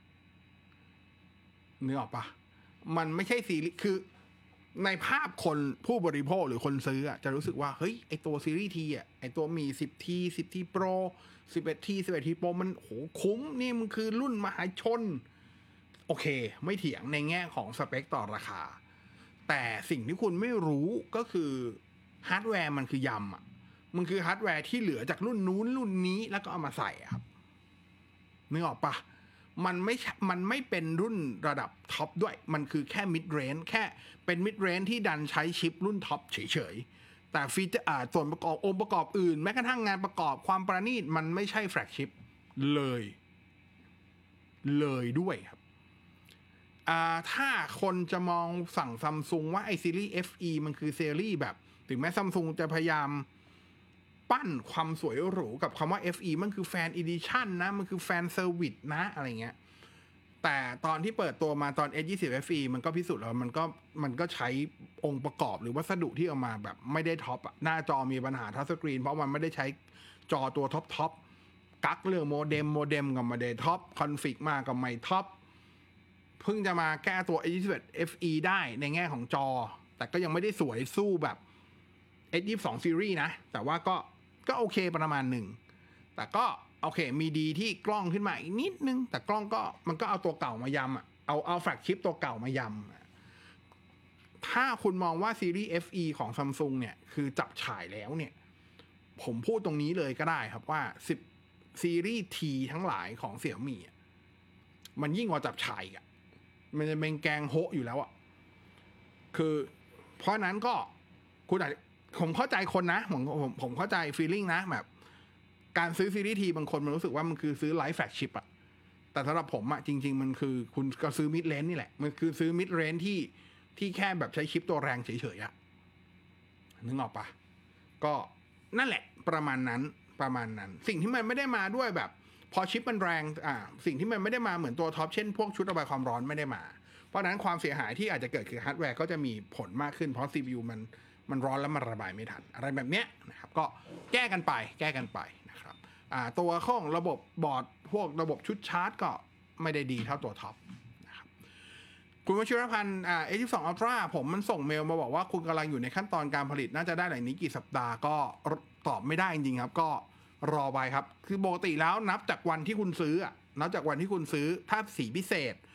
นึกออกปะมันไม่ใช่ซีรีส์คือในภาพคนผู้บริโภคหรือคนซื้ออ่ะจะรู้สึกว่าเฮ้ยไอตัวซีรีส์ทีอ่ะไอตัวมี สิบ ที สิบ ที Pro สิบเอ็ด ที สิบเอ็ด ที Pro มันโหคุ้มนี่มันคือรุ่นมหาชนโอเคไม่เถียงในแง่ของสเปคต่อราคาแต่สิ่งที่คุณไม่รู้ก็คือฮาร์ดแวร์มันคือยำอ่ะมันคือฮาร์ดแวร์ที่เหลือจากรุ่นนู้นรุ่นนี้แล้วก็เอามาใส่ครับนึกออกปะมันไม่มันไม่เป็นรุ่นระดับท็อปด้วยมันคือแค่มิดเรนจ์แค่เป็นมิดเรนจ์ที่ดันใช้ชิปรุ่นท็อปเฉยๆแต่ฟีเจอร์อ่าส่วนประกอบองค์ประกอบอื่นแม้กระทั่งงานประกอบความประณีตมันไม่ใช่แฟลกชิปเลยเลยด้วยครับอ่าถ้าคนจะมองสั่งซัมซุงว่าไอซีรีส์ เอฟ อี มันคือซีรีส์แบบถึงแม้ซัมซุงจะพยายามปั้นความสวยหรูกับคำว่า เอฟ อี มันคือแฟนอีดิชั่นนะมันคือแฟนเซอร์วิสนะอะไรเงี้ยแต่ตอนที่เปิดตัวมาตอน เอส ยี่สิบ เอฟ อี มันก็พิสูจน์แล้วมันก็มันก็ใช้องค์ประกอบหรือวัสดุที่เอามาแบบไม่ได้ท็อปอะหน้าจอมีปัญหาทัชสกรีนเพราะมันไม่ได้ใช้จอตัวท็อปท็อปกักเรื่องโมเด็มโมเด็มกับไม่ได้ท็อปคอนฟิกมากับไม่ท็อปเพิ่งจะมาแก้ตัว เอ ยี่สิบเอ็ด เอฟ อี ได้ในแง่ของจอแต่ก็ยังไม่ได้สวยสู้แบบ เอส ยี่สิบสอง Series นะแต่ว่าก็ก็โอเคประมาณหนึ่งแต่ก็โอเคมีดีที่กล้องขึ้นมาอีกนิดนึงแต่กล้องก็มันก็เอาตัวเก่ามายำอ่ะเอาเอาแฟลกชิปตัวเก่ามายำถ้าคุณมองว่าซีรีส์ เอฟ อี ของ Samsung เนี่ยคือจับฉ่ายแล้วเนี่ยผมพูดตรงนี้เลยก็ได้ครับว่าสิบซีรีส์ T ทั้งหลายของเสี่ยหมี่มันยิ่งกว่าจับฉ่ายอ่ะมันจะเป็นแกงโฮะอยู่แล้วอ่ะคือเพราะนั้นก็คุณอาจผมเข้าใจคนนะผมผมผมเข้าใจฟีลลิ่งนะแบบการซื้อซีรีส์ทีบางคนมันรู้สึกว่ามันคือซื้อไลฟ์แฟลกชิพอะแต่สำหรับผมอะจริงๆมันคือคุณก็ซื้อมิดเลนนี่แหละมันคือซื้อมิดเรนที่ที่แค่แบบใช้ชิปตัวแรงเฉยๆอะนึกออกปะก็นั่นแหละประมาณนั้นประมาณนั้นสิ่งที่มันไม่ได้มาด้วยแบบพอชิปมันแรงอ่าสิ่งที่มันไม่ได้มาเหมือนตัวท็อปเช่นพวกชุดระบายความร้อนไม่ได้มาเพราะนั้นความเสียหายที่อาจจะเกิดคือฮาร์ดแวร์ก็จะมีผลมากขึ้นเพราะ ซี พี ยู มันมันร้อนแล้วมันระบายไม่ทันอะไรแบบเนี้ยนะครับก็แก้กันไปแก้กันไปนะครับอ่าตัวข้องระบบบอร์ดพวกระบบชุดชาร์จก็ไม่ได้ดีเท่าตัวท็อปนะครับคุณวชิรพันธ์อ่า เอ ยี่สิบสอง Ultra ผมมันส่งเมลมาบอกว่าคุณกำลังอยู่ในขั้นตอนการผลิตน่าจะได้หลังนี้กี่สัปดาห์ก็ตอบไม่ได้จริงๆครับก็รอไปครับคือปกติแล้วนับจากวันที่คุณซื้อนับจากวันที่คุณซื้อถ้าสีพิเศษ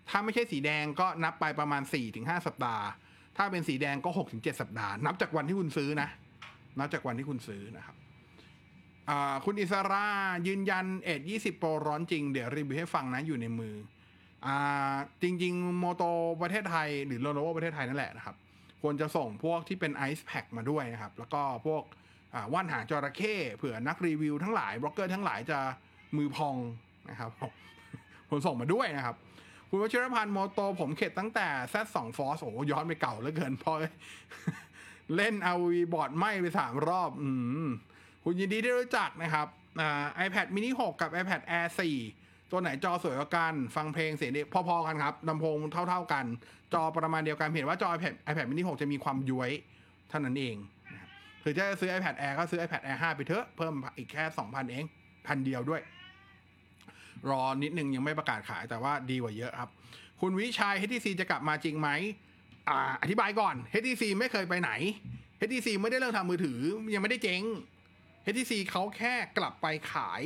ถ้าไม่ใช่สีแดงก็นับไปประมาณ สี่ถึงห้า สัปดาห์ถ้าเป็นสีแดงก็ หกถึงเจ็ด สัปดาห์นับจากวันที่คุณซื้อนะนับจากวันที่คุณซื้อนะครับคุณอิสรายืนยันเอ็ดยี่สิบโปรร้อนจริงเดี๋ยวรีวิวให้ฟังนะอยู่ในมืออ่าจริงๆโมโตประเทศไทยหรือโลโนโวประเทศไทยนั่นแหละนะครับควรจะส่งพวกที่เป็นไอซ์แพ็คมาด้วยนะครับแล้วก็พวกว่านหางจระเข้เผื่อนักรีวิวทั้งหลายบล็อกเกอร์ทั้งหลายจะมือพองนะครับควรส่งมาด้วยนะครับคุณวชิรพันธ์โมโตผมเข็ดตั้งแต่ แซด ทู Force โอ้ย้อนไปเก่าเหลือเกินพอ เล่น อาร์ โอ วี บอร์ดไหม้ไปสามรอบอืมคุณยินดีที่รู้จักนะครับอ่า iPad mini หกกับ iPad Air สี่ตัวไหนจอสวยกว่ากันฟังเพลงเสียงดีพอๆกันครับลำโพงเท่าๆกันจอประมาณเดียวกันเห็นว่าจอ iPad iPad mini หกจะมีความย้วยเท่านั้นเองนะครับคือถ้าจะซื้อ iPad Air ก็ซื้อ iPad Air ห้าไปเถอะเพิ่มอีกแค่ สองพัน เองพันเดียวด้วยรอนิดนึงยังไม่ประกาศขายแต่ว่าดีกว่าเยอะครับคุณวิชัย เอช ที ซี จะกลับมาจริงไหมอ่าอธิบายก่อน เอช ที ซี ไม่เคยไปไหน เอช ที ซี ไม่ได้เริ่มทำมือถือยังไม่ได้เจ๊ง เอช ที ซี เขาแค่กลับไปขาย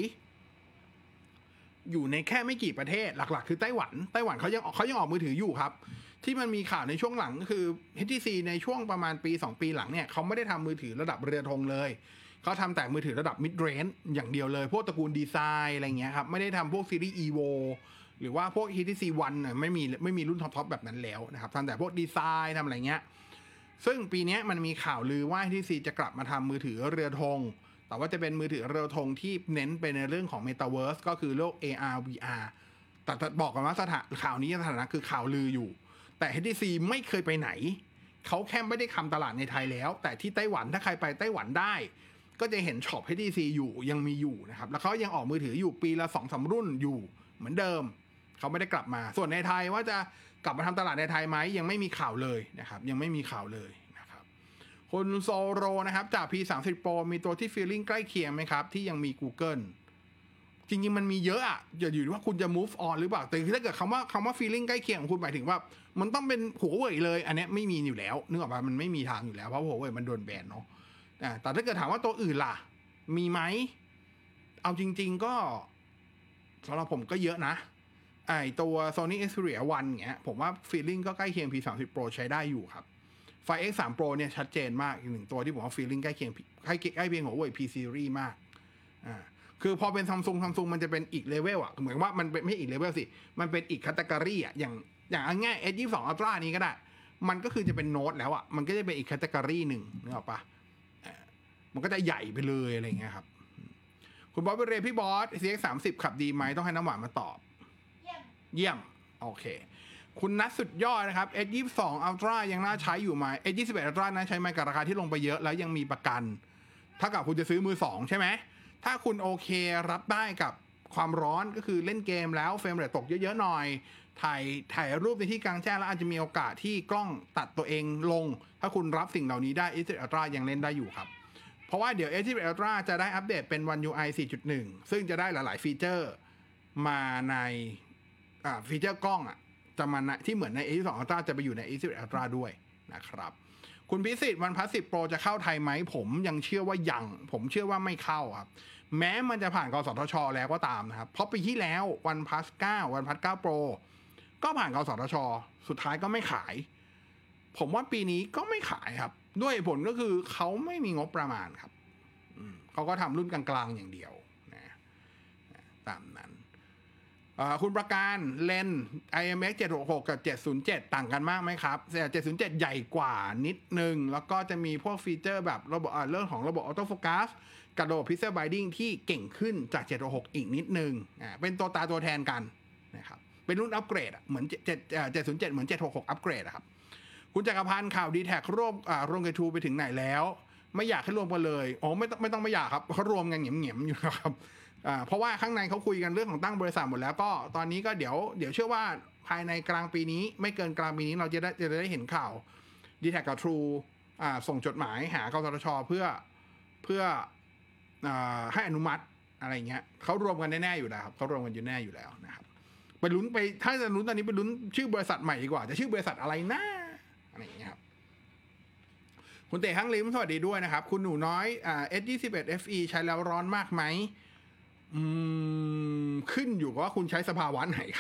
อยู่ในแค่ไม่กี่ประเทศหลักๆคือไต้หวันไต้หวันเขายังเขายังออกมือถืออยู่ครับที่มันมีข่าวในช่วงหลังก็คือ เอช ที ซี ในช่วงประมาณปีสองปีหลังเนี่ยเขาไม่ได้ทำมือถือระดับเรือธงเลยเขาทำแต่มือถือระดับ mid range อย่างเดียวเลยพวกตระกูลดีไซน์อะไรเงี้ยครับไม่ได้ทำพวกซีรีส์ Evo หรือว่าพวก เอช ที ซี วันน่ะไม่มีไม่มีรุ่นท็อปๆแบบนั้นแล้วนะครับทำแต่พวกดีไซน์ทำอะไรเงี้ยซึ่งปีนี้มันมีข่าวลือว่า เอช ที ซี จะกลับมาทำมือถือเรือธงแต่ว่าจะเป็นมือถือเรือธงที่เน้นไปในเรื่องของ Metaverse ก็คือโลก เอ อาร์ วี อาร์ แต่บอกกันว่าสถานข่าวนี้สถานะคือข่าวลืออยู่แต่ เอช ที ซี ไม่เคยไปไหนเขาแค่ไม่ได้ทำตลาดในไทยแล้วแต่ที่ไต้หวันถ้าใครไปไต้หวันได้ก็จะเห็นช็อป เอช ที ซี อยู่ยังมีอยู่นะครับแล้วเขายังออกมือถืออยู่ปีละ สองสาม รุ่นอยู่เหมือนเดิมเขาไม่ได้กลับมาส่วนในไทยว่าจะกลับมาทำตลาดในไทยไหมยังไม่มีข่าวเลยนะครับยังไม่มีข่าวเลยนะครับคุณโซโรนะครับจาก พี สามสิบ Pro มีตัวที่ฟีลลิ่งใกล้เคียงไหมครับที่ยังมี Google จริงๆมันมีเยอะอะอย่าอยู่ที่ว่าคุณจะ move on หรือเปล่าแต่ถ้าเกิดคำว่าคำว่า feeling ใกล้เคียงของคุณหมายถึงว่ามันต้องเป็นหัวเว่ยเลยอันนี้ไม่มีอยู่แล้วนึกออกป่ะมันไม่มีทางอยู่แล้วเพราะหัวเว่ยมันโดนแบนเนาะแต่ถ้าเกิดถามว่าตัวอื่นล่ะมีไหมเอาจริงๆก็สำหรับผมก็เยอะนะไอตัว Sony Xperia วันเงี้ยผมว่า feeling ก็ใกล้เคียง พี สามสิบ Pro ใช้ได้อยู่ครับไฟ เอ็กซ์ ทรี Pro เนี่ยชัดเจนมากอีกหนึ่งตัวที่ผมว่า feeling ใกล้เคียงใกล้ใกล้เคียงหัวเว่ย P Series มากอ่าคือพอเป็น Samsung Samsung มันจะเป็นอีกเลเวลอ่ะเหมือนว่ามันเป็นไม่อีกเลเวลสิมันเป็นอีกแคตตากรีอ่ะอย่างอย่างง่าย เอส ยี่สิบสอง Ultra นี้ก็ได้มันก็คือจะเป็นโน้ตแล้วอ่ะมันก็จะเป็นอีกแคตตากรีหนึ่งนึกออกปะมันก็จะใหญ่ไปเลยอะไรเงี้ยครับคุณบอสไปเรียนพี่บอส ซี เอ็กซ์ สามสิบ ขับดีไหมต้องให้น้ำหวานมาตอบเยี่ยมเยี่ยมโอเคคุณนัทสุดยอดนะครับ เอส ยี่สิบสอง Ultra ยังน่าใช้อยู่ไหม เอส ยี่สิบเอ็ด Ultra น่าใช้ไหมกับราคาที่ลงไปเยอะแล้วยังมีประกันถ้ากับคุณจะซื้อมือสองใช่ไหมถ้าคุณโอเครับได้กับความร้อนก็คือเล่นเกมแล้วเฟรมเรทตกเยอะๆหน่อยถ่ายถ่ายรูปในที่กลางแจ้งแล้วอาจจะมีโอกาสที่กล้องตัดตัวเองลงถ้าคุณรับสิ่งเหล่านี้ได้ เอส ยี่สิบเอ็ด Ultra ยังเล่นได้อยู่ครับเพราะว่าเดี๋ยว เอส ยี่สิบเอ็ด Ultra จะได้อัปเดตเป็น วัน ยู ไอ สี่จุดหนึ่ง ซึ่งจะได้หลายๆฟีเจอร์มาในอ่าฟีเจอร์กล้องอ่ะจะมาที่เหมือนใน เอ ยี่สิบสอง Ultra จะไปอยู่ใน เอ ยี่สิบเอ็ด Ultra ด้วยนะครับคุณพิสิทธิ์ OnePlus สิบ Pro จะเข้าไทยไหมผมยังเชื่อว่ายังผมเชื่อว่าไม่เข้าครับแม้มันจะผ่านกสทช.แล้วก็ตามนะครับเพราะปีที่แล้ว OnePlus เก้า OnePlus เก้า Pro ก็ผ่านกสทช.สุดท้ายก็ไม่ขายผมว่าปีนี้ก็ไม่ขายครับด้วยผลก็คือเขาไม่มีงบประมาณครับเขาก็ทำรุ่นกลางๆอย่างเดียวนะตามนั้นคุณประการเลนส์ ไอ เอ็ม เอ็กซ์ เจ็ดหกหก กับ เจ็ดศูนย์เจ็ด ต่างกันมากไหมครับเจ็ดศูนย์เจ็ดใหญ่กว่านิดนึงแล้วก็จะมีพวกฟีเจอร์แบบระบบเรื่องของระบบออโต้โฟกัสกับระบบ Pixel Binding ที่เก่งขึ้นจากเจ็ดหกหกอีกนิดนึงอ่าเป็นตัวตาตัวแทนกันนะครับเป็นรุ่นอัปเกรดเหมือนเจ็ดศูนย์เจ็ดเหมือนเจ็ดหกหกอัปเกรดครับคุณจักรพันธ์ข่าว ดี แท็ก ร่วมอ่ารวมกับทูไปถึงไหนแล้วไม่อยากให้รวมกันเลยโอ้ไม่ต้องไม่ต้องไม่อยากครับเขารวมกันเหงี่ยมๆอยู่นะครับอ่าเพราะว่าข้างในเขาคุยกันเรื่องของตั้งบริษัทหมดแล้วก็ตอนนี้ก็เดี๋ยวเดี๋ยวเชื่อว่าภายในกลางปีนี้ไม่เกินกลางปีนี้เราจะได้จะได้เห็นข่าว ดี แท็ก กับ True อ่าส่งจดหมายหากสทช.เพื่อเพื่ออ่าให้อนุมัติอะไรเงี้ยเขารวมกันแน่ๆอยู่แล้วครับเขารวมกันอยู่แน่อยู่แล้วนะครับไปลุ้นไปถ้าจะลุ้นตอนนี้ไปลุ้นชื่อบริษัทใหม่ดีกว่าจะชื่อบริษัทอะไรนะอะไรอย่างเงี้ยครับคุณเต๋ฮังลิมสวัสดีด้วยนะครับคุณหนูน้อยอ่า เอส ยี่สิบเอ็ด เอฟ อี ใช้แล้วร้อนมากไหมอืมขึ้นอยู่กับว่าคุณใช้สภาวะไหนครับ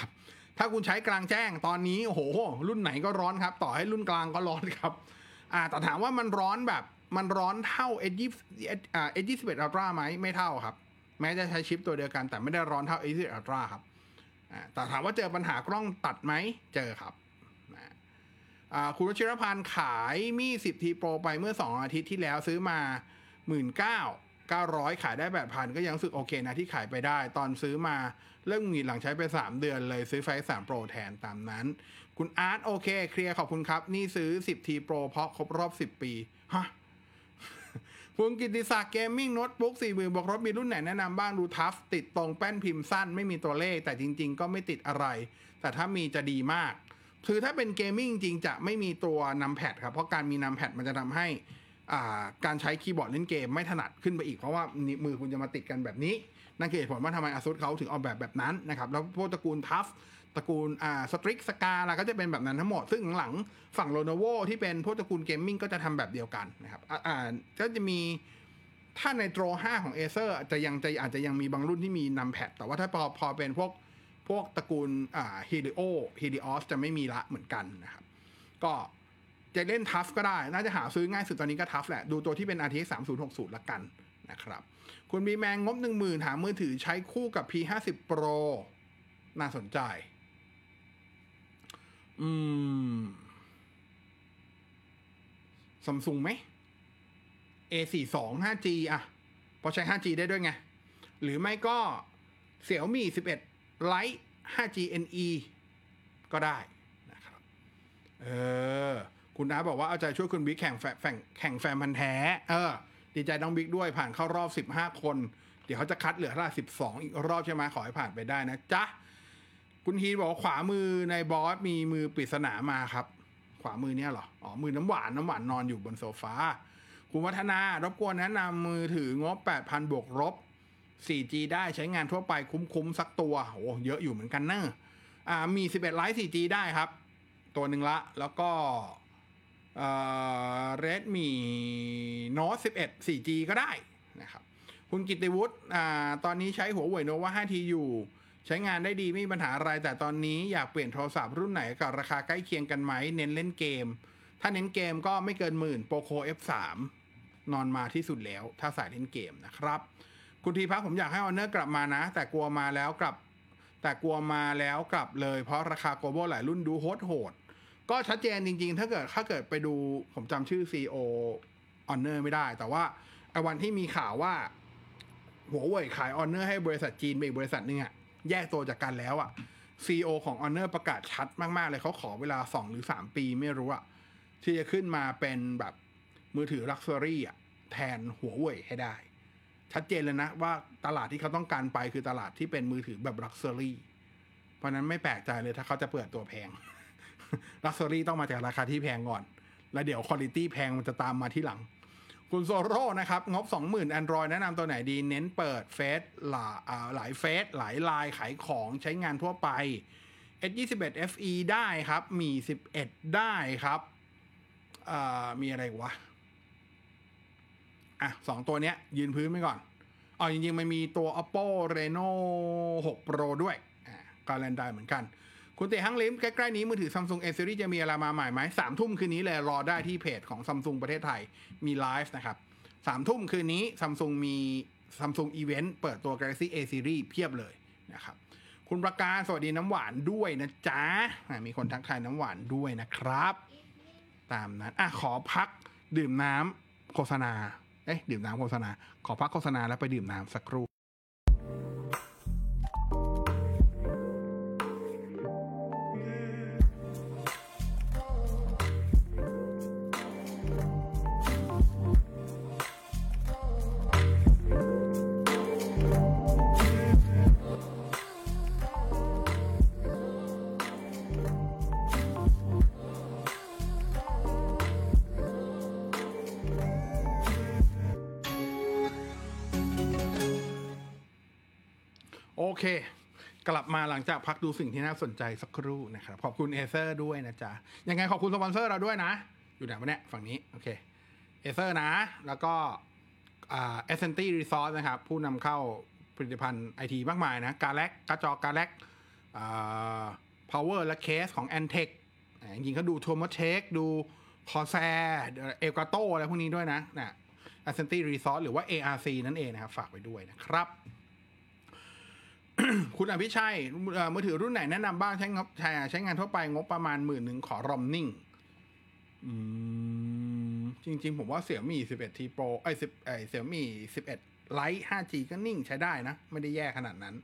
ถ้าคุณใช้กลางแจ้งตอนนี้โอ้โหรุ่นไหนก็ร้อนครับต่อให้รุ่นกลางก็ร้อนครับอ่าแต่ถามว่ามันร้อนแบบมันร้อนเท่า เอส ยี่สิบ อ่า เอส ยี่สิบเอ็ด Ultra ไหมไม่เท่าครับแม้จะใช้ชิปตัวเดียวกันแต่ไม่ได้ร้อนเท่า เอส ยี่สิบเอ็ด Ultra ครับอ่าแต่ถามว่าเจอปัญหากล้องตัดไหมเจอครับอ่าคุณวชิรพันธ์ขายมี่ สิบ ที Pro ไปเมื่อสองอาทิตย์ที่แล้วซื้อมา หนึ่งหมื่นเก้าพันเก้าร้อย ขายได้ แปดพัน ก็ยังรู้สึกโอเคนะที่ขายไปได้ตอนซื้อมาเริ่มหงุดหงิดหลังใช้ไปสามเดือนเลยซื้อไฟสาม Pro แทนตามนั้นคุณอาร์ตโอเคเคลียร์ขอบคุณครับนี่ซื้อ สิบ ที Pro เพราะครบรอบสิบปีฮะคุณกิติศักดิ์เกมมิ่งโน้ตบุ๊ก สี่หมื่น บวกลบมีรุ่นไหนแนะนำบ้างดูทัฟติดตรงแป้นพิมพ์สั้นไม่มีตัวเลขแต่จริงๆก็ไม่ติดอะไรแต่ถ้ามีจะดีมากคือถ้าเป็นเกมมิ่งจริงจะไม่มีตัวนัมแพดครับเพราะการมีนัมแพดมันจะทำให้การใช้คีย์บอร์ดเล่นเกมไม่ถนัดขึ้นไปอีกเพราะว่ามือคุณจะมาติดกันแบบนี้นั่นคือเหตุผลว่าทำไม ASUS เขาถึงออกแบบแบบนั้นนะครับแล้วพวกตระกูลทัฟตระกูลอ่าสตริกสกาอะไรก็จะเป็นแบบนั้นทั้งหมดซึ่งหลังฝั่งโลโนโวที่เป็นพวกตระกูลเกมมิ่งก็จะทำแบบเดียวกันนะครับอ่าก็จะมีถ้าในโตรห้าของ Acer จะยังจะอาจจะยังมีบางรุ่นที่มีนัมแพดแต่ว่าถ้าพอพอเป็นพวกพวกตระกูลอ่า Helio Helios จะไม่มีละเหมือนกันนะครับก็จะเล่นทัฟก็ได้น่าจะหาซื้อง่ายสุดตอนนี้ก็ทัฟแหละดูตัวที่เป็น อาร์ ที เอ็กซ์ สามศูนย์หกศูนย์ละกันนะครับคุณบีแมงงบ หนึ่งหมื่น หามือถือใช้คู่กับ พี ห้าสิบ Pro น่าสนใจอืม Samsung ไหม เอ สี่สิบสอง ห้าจี อ่ะพอใช้ ห้าจี ได้ด้วยไงหรือไม่ก็ Xiaomi สิบเอ็ด Lite ห้าจี เอ็น อี ก็ได้นะครับเออคุณน้าบอกว่าเอาใจช่วยคุณบิ๊กแข่งแฟนแข่งแฟนพันธุ์แท้เออดีใจน้องบิ๊กด้วยผ่านเข้ารอบสิบห้าคนเดี๋ยวเขาจะคัดเหลือเท่าไหร่สิบสองอีกรอบใช่ไหมขอให้ผ่านไปได้นะจ๊ะคุณฮีบอกว่าขวามือในบอสมีมือปริศนามาครับขวามือเนี่ยเหรออ๋อมือน้ำหวานน้ำหวานนอนอยู่บนโซฟาคุณวัฒนารบกวนแนะนำมือถืองบ แปดพัน บวกลบ โฟร์จี ได้ใช้งานทั่วไปคุ้มๆสักตัวโอ้เยอะอยู่เหมือนกันเนอะอ่ามีสิบเอ็ด Lite โฟร์จี ได้ครับตัวหนึ่งละแล้วก็เอ่อ Redmi Note สิบเอ็ด โฟร์จี ก็ได้นะครับคุณกิตติวุฒิอ่าตอนนี้ใช้หัวเว่ย Nova ไฟว์ ที อยู่ใช้งานได้ดีไม่มีปัญหาอะไรแต่ตอนนี้อยากเปลี่ยนโทรศัพท์รุ่นไหนกับราคาใกล้เคียงกันไหมเน้นเล่นเกมถ้าเน้นเกมก็ไม่เกินหมื่น Poco เอฟ ทรี นอนมาที่สุดแล้วถ้าสายเล่นเกมนะครับคุณทีพักผมอยากให้ Honor กลับมานะแต่กลัวมาแล้วกลับแต่กลัวมาแล้วกลับเลยเพราะราคา global หลายรุ่นดูโหดโหดก็ชัดเจนจริงๆถ้าเกิดถ้าเกิดไปดูผมจำชื่อ ซี อี โอ Honor ไม่ได้แต่ว่าไอ้วันที่มีข่าวว่าหัวเว่ยขาย Honor ให้บริษัทจีนไปอีกบริษัทนึงอะแยกตัวจากกันแล้วอะ ซี อี โอ ของ Honor ประกาศชัดมากๆเลยเขาขอเวลาสองหรือสามปีไม่รู้อะที่จะขึ้นมาเป็นแบบมือถือ Luxury อะแทนหัวเว่ยให้ได้ชัดเจนเลยนะว่าตลาดที่เขาต้องการไปคือตลาดที่เป็นมือถือแบบ Luxury เพราะนั้นไม่แปลกใจเลยถ้าเขาจะเปิดตัวแพง Luxury ต้องมาจากราคาที่แพงก่อนแล้วเดี๋ยว Quality แพงมันจะตามมาที่หลังคุณโซโร่นะครับงบ สองหมื่น Android แนะนำตัวไหนดีเน้นเปิดเฟซหลายหลายเฟซหลายไลน์ขายของใช้งานทั่วไป เอส ยี่สิบเอ็ด เอฟ อี ได้ครับมี สิบเอ็ด ได้ครับมีอะไรวะอ่ะสองตัวเนี้ยยืนพื้นไปก่อนอ๋อจริงๆมันมีตัว Oppo Reno หก Pro ด้วยอ่าก็เล่นได้เหมือนกันคุณเตะฮังลิมใกล้ๆนี้มือถือ Samsung A Series จะมีอะไรมาใหม่ไหมสามทุ่มคืนนี้เลยรอได้ที่เพจของ Samsung ประเทศไทยมีไลฟ์นะครับสามทุ่มคืนนี้ Samsung มี Samsung Event เปิดตัว Galaxy A Series เพียบเลยนะครับคุณประการสวัสดีน้ำหวานด้วยนะจ๊ะมีคนทักทายน้ำหวานด้วยนะครับตามนั้นอ่ะขอพักดื่มน้ำโฆษณาเอ๊ะดื่มน้ำโฆษณาขอพักโฆษณาแล้วไปดื่มน้ำสักครู่โอเคกลับมาหลังจากพักดูสิ่งที่น่าสนใจสักครู่นะครับขอบคุณ Acer ด้วยนะจ๊ะยังไงขอบคุณสปอนเซอร์เราด้วยนะอยู่ไหนวะเนี่ยฝั่งนี้โอเค Acer นะแล้วก็อ่า Ascenti Resource นะครับผู้นำเข้าผลิตภัณฑ์ไอทีมากมายนะกาแล็กกระจอกกาแล็กอ่า power และ case ของ Antec จริงๆเขาดู Thermaltake ดู Corsair Elgato อะไรพวกนี้ด้วยนะนะ Ascenti Resource หรือว่า เอ อาร์ ซี นั่นเองนะครับฝากไว้ด้วยนะครับ คุณอภิชัยมือถือรุ่นไหนแนะนำบ้างใช้งบใช้ใช้งานทั่วไปงบประมาณหมื่นหนึ่งขอรอมนิ่งอืมจริงๆผมว่า Xiaomi สิบเอ็ด T Pro ไอ้10ไอ้ Xiaomi สิบเอ็ด Lite ห้าจี ก็นิ่งใช้ได้นะไม่ได้แย่ขนาดนั้น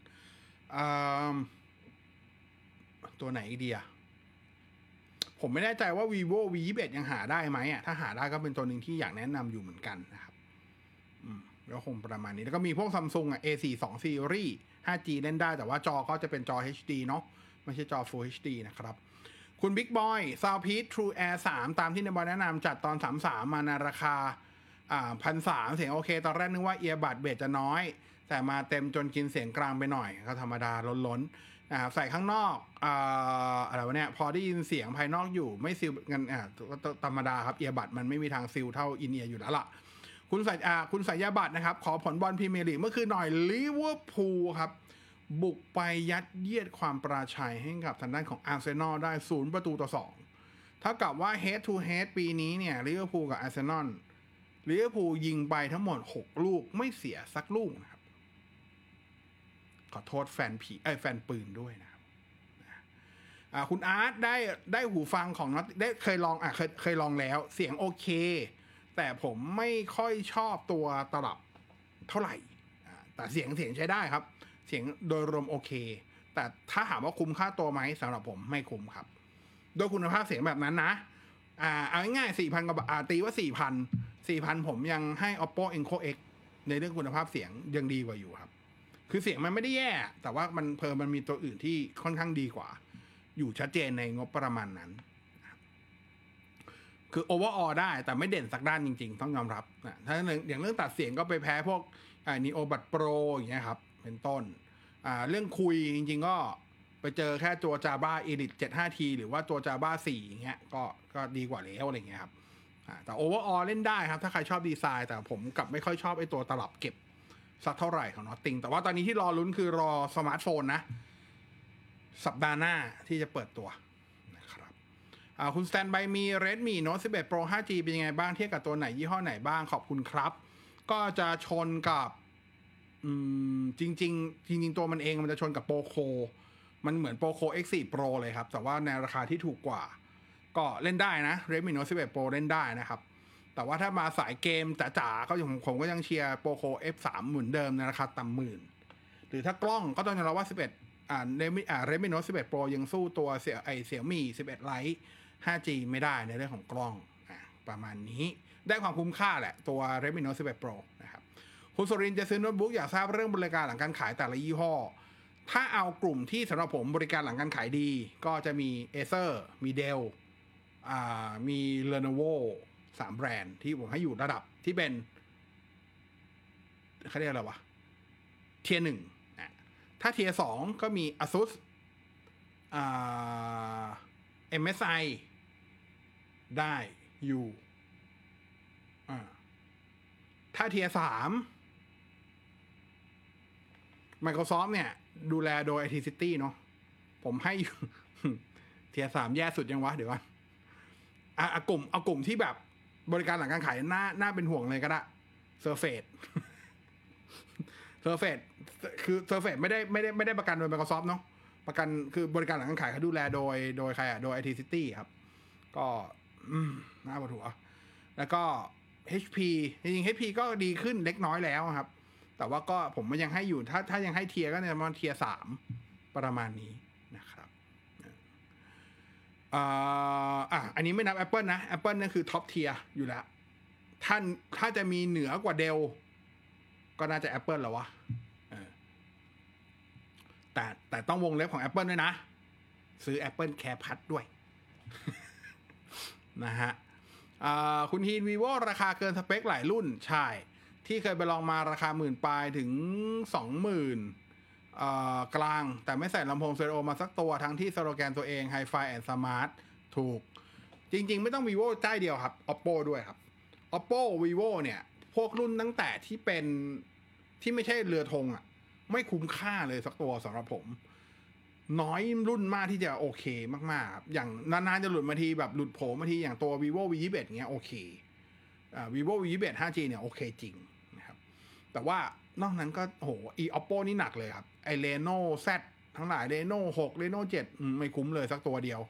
ตัวไหนดีอะผมไม่แน่ใจว่า vivo วี ยี่สิบเอ็ด ยังหาได้ไหมอ่ะถ้าหาได้ก็เป็นตัวหนึ่งที่อยากแนะนำอยู่เหมือนกันนะครับอืมก็คงประมาณนี้แล้วก็มีพวก Samsung อ่ะ เอ สี่สิบสอง Series ห้าจี เล่นได้แต่ว่าจอก็จะเป็นจอ เอช ดี เนาะไม่ใช่จอ Full เอช ดี นะครับคุณ Big Boy Soundpeace True Air สามตามที่ในบอยแนะนำจัดตอนสามสิบสามมาในราคาอ่า หนึ่งพันสามร้อย เสียงโอเคตอนแรกนึกว่าเอียร์บัดเบสจะน้อยแต่มาเต็มจนกินเสียงกลางไปหน่อยก็ธรรมดาล้นๆนะครับใส่ข้างนอกอ่าอะไรวะเนี่ยพอได้ยินเสียงภายนอกอยู่ไม่ซิลกันอ่าธรรมดาครับเอียร์บัดมันไม่มีทางซิลเท่าอินเอียร์อยู่แล้วล่ะคุณใส่อ่าคุณใส่ยาบัตรนะครับขอผลบอลพรีเมียร์ลีกเมื่อคืนหน่อยลิเวอร์พูลครับบุกไปยัดเยียดความปราชัยให้กับทางด้านของอาร์เซนอลได้ศูนย์ประตูต่อสองเท่ากับว่า head to head ปีนี้เนี่ยลิเวอร์พูลกับอาร์เซนอลลิเวอร์พูลยิงไปทั้งหมดหกลูกไม่เสียสักลูกนะครับขอโทษแฟนผีไอ้แฟนปืนด้วยนะครับอ่าคุณอาร์ตได้ได้หูฟังของน็อตได้เคยลองอ่ะเคยเคยลองแล้วเสียงโอเคแต่ผมไม่ค่อยชอบตัวตลับเท่าไหร่แต่เสียงเสียงใช้ได้ครับเสียงโดยรวมโอเคแต่ถ้าถามว่าคุ้มค่าตัวไหมสำหรับผมไม่คุ้มครับโดยคุณภาพเสียงแบบนั้นนะอ่าเอาง่ายๆ สี่พัน กว่าบาทตีว่า สี่พัน สี่พัน ผมยังให้ Oppo Enco X ในเรื่องคุณภาพเสียงยังดีกว่าอยู่ครับคือเสียงมันไม่ได้แย่แต่ว่ามันเพิ่มมันมีตัวอื่นที่ค่อนข้างดีกว่าอยู่ชัดเจนในงบประมาณนั้นคือ overall ได้แต่ไม่เด่นสักด้านจริงๆต้องยอมรับนะถ้าอย่างเรื่องตัดเสียงก็ไปแพ้พวกอ่า Neo Buds Pro อย่างเงี้ยครับเป็นต้นอ่าเรื่องคุยจริงๆก็ไปเจอแค่ตัว Java Elite เจ็ดสิบห้าที หรือว่าตัว Java สี่อย่างเงี้ยก็ก็ดีกว่าแล้วอะไรเงี้ยครับแต่ overall เล่นได้ครับถ้าใครชอบดีไซน์แต่ผมกลับไม่ค่อยชอบไอ้ตัวตลับเก็บสักเท่าไหร่ของ Nothing แต่ว่าตอนนี้ที่รอลุ้นคือรอสมาร์ทโฟนนะสัปดาห์หน้าที่จะเปิดตัวนะครับคุณสแตนบายมี Redmi Note สิบเอ็ด Pro ห้าจี เป็นยังไงบ้างเทียบกับตัวไหนยี่ห้อไหนบ้างขอบคุณครับก็จะชนกับอืมจริงๆจริงๆตัวมันเองมันจะชนกับ Poco มันเหมือน Poco เอ็กซ์ โฟร์ Pro เลยครับแต่ว่าในราคาที่ถูกกว่าก็เล่นได้นะ Redmi Note สิบเอ็ด Pro เล่นได้นะครับแต่ว่าถ้ามาสายเกมจ๋าๆก็อย่างผมก็ยังเชียร์ Poco เอฟ สาม เหมือนเดิมในราคาต่ำหมื่นหรือถ้ากล้องก็ต้องยอมรับว่าสิบเอ็ดอ่า Redmi อ่า Redmi Note สิบเอ็ด Pro ยังสู้ตัวเสี่ยไอ Xiaomi สิบเอ็ด Lite ห้าจี ไม่ได้ในเรื่องของกล้องอ่าประมาณนี้ได้ความคุ้มค่าแหละตัว Redmi Note สิบเอ็ด Pro นะครับคุณสุรินทร์จะซื้อโน้ตบุ๊กอยากทราบเรื่องบริการหลังการขายแต่ละยี่ห้อถ้าเอากลุ่มที่สำหรับผมบริการหลังการขายดีก็จะมี Acer มี Dell อ่ามี Lenovo สามแบรนด์ที่ผมให้อยู่ระดับที่เป็นเขาเรียกอะไรวะเทียร์หนึ่งถ้าเทียร์สองก็มี Asus อ่า เอ็ม เอส ไอ ได้อยู่อ่าถ้าเทียร์สาม Microsoft เนี่ยดูแลโดย ไอ ที City เนาะผมให้อยู่ เทียร์สามแย่สุดยังวะเดี๋ยวก่อนอ่ะกลุ่มเอากลุ่มที่แบบบริการหลังการขายน่าน่าเป็นห่วงเลยก็ได้ Surface Surface คือ Surface ไม่ได้ไม่ได้ไม่ได้ประกันโดย Microsoft เนาะประกันคือบริการหลังการขายเขาดูแลโดยโดยใครอ่ะโดย ไอ ที City ครับก็อืมน่าปวดหัวแล้วก็ เอช พี จริงๆ เอช พี ก็ดีขึ้นเล็กน้อยแล้วครับแต่ว่าก็ผมยังให้อยู่ถ้าถ้ายังให้เทียร์ก็เนี่ยมันเทียร์สามประมาณนี้นะครับอ่าอ่ะอันนี้ไม่นับ Apple นะ Apple นั่นคือท็อปเทียร์อยู่แล้วท่านถ้าจะมีเหนือกว่าเดลก็น่าจะ Apple แล้ววะแต่แต่ต้องวงเล็บของ Apple ด้วยนะซื้อ Apple CarePass ด้วย นะฮะคุณฮีน vivo ราคาเกินสเปคหลายรุ่นใช่ที่เคยไปลองมาราคาหมื่นปลายถึง สองหมื่น อ่ากลางแต่ไม่ใส่ลำโพงสเตอริโอมาสักตัวทั้งที่สโลแกนตัวเอง Hi-Fi and Smart ถูกจริงๆไม่ต้อง vivo ใต้เดียวครับ oppo ด้วยครับ oppo vivo เนี่ยพวกรุ่นตั้งแต่ที่เป็นที่ไม่ใช่เรือธงอ่ะไม่คุ้มค่าเลยสักตัวสำหรับผมน้อยรุ่นมากที่จะโอเคมากๆครับอย่างนานๆจะหลุดมาทีแบบหลุดโผล่มาทีอย่างตัว vivo วี ยี่สิบเอ็ด เงี้ยโอเคอ่า vivo วี ยี่สิบเอ็ด ห้าจี เนี่ยโอเคจริงนะครับแต่ว่านอกนั้นก็โหอี oppo นี่หนักเลยครับไอ reno z ทั้งหลาย reno หก reno เจ็ดไม่คุ้มเลยสักตัวเดียว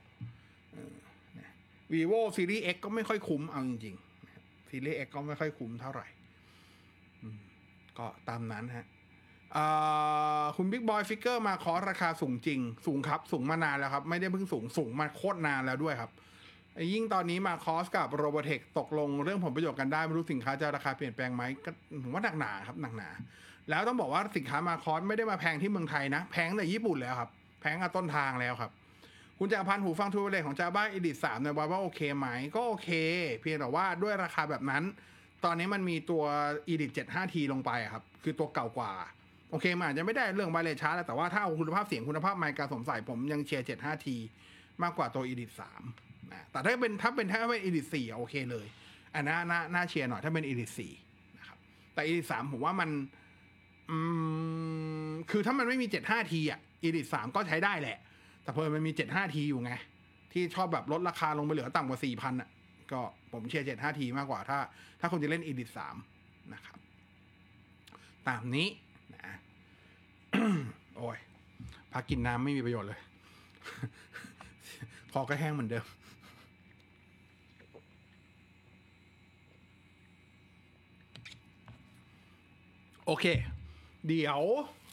vivo series X ก็ไม่ค่อยคุ้มเอาจริงๆ series X ก็ไม่ค่อยคุ้มเท่าไหร่ก็ตามนั้นฮะคุณบิ๊กบอยฟิกเกอร์มาคอร์สราคาสูงจริงสูงครับสูงมานานแล้วครับไม่ได้เพิ่งสูงสูงมาโคตรนานแล้วด้วยครับยิ่งตอนนี้มาคอร์สกับโรบอเทคตกลงเรื่องผลประโยชน์กันได้ไม่รู้สินค้าจะราคาเปลี่ยนแปลงไหมก็ผมว่าหนักหนาครับหนักหนาแล้วต้องบอกว่าสินค้ามาคอร์สไม่ได้มาแพงที่เมืองไทยนะแพงแต่ญี่ปุ่นแล้วครับแพงกับต้นทางแล้วครับคุณจักรพันธ์หูฟังทูเวเลของจาบ้าอีดิทสามเนี่ยว่าโอเคไหมก็โอเคเพียงแต่ว่าด้วยราคาแบบนั้นตอนนี้มันมีตัว Edit เจ็ด ห้าที ลงไปครับคือตัวเก่ากว่าโอเคมันอาจจะไม่ได้เรื่องไวเลสช้าแล้วแต่ว่าถ้าเอาคุณภาพเสียงคุณภาพไมค์การสวมใส่ผมยังเชียร์ เจ็ด ห้าที มากกว่าตัว Edit สามนะแต่ถ้าเป็นถ้าเป็นถ้าเป็น Edit สี่โอเคเลยอันน่าน่าน่าเชียร์หน่อยถ้าเป็น Edit สี่นะครับแต่ Edit สามผมว่ามันอืมคือถ้ามันไม่มี เจ็ด ห้าที อ่ะ Edit สามก็ใช้ได้แหละแต่พอมันมี เจ็ด ห้าที อยู่ไงที่ชอบแบบลดราคาลงไปเหลือต่ำกว่า สี่พัน อ่ะก็ผมเชียร์ เจ็ด ห้าที มากกว่าถ้าถ้าคนจะเล่น Edit สามนะครับตามนี้นะ โอ้ยพักกินน้ำไม่มีประโยชน์เลย คอก็แห้งเหมือนเดิมโอเคเดี๋ยว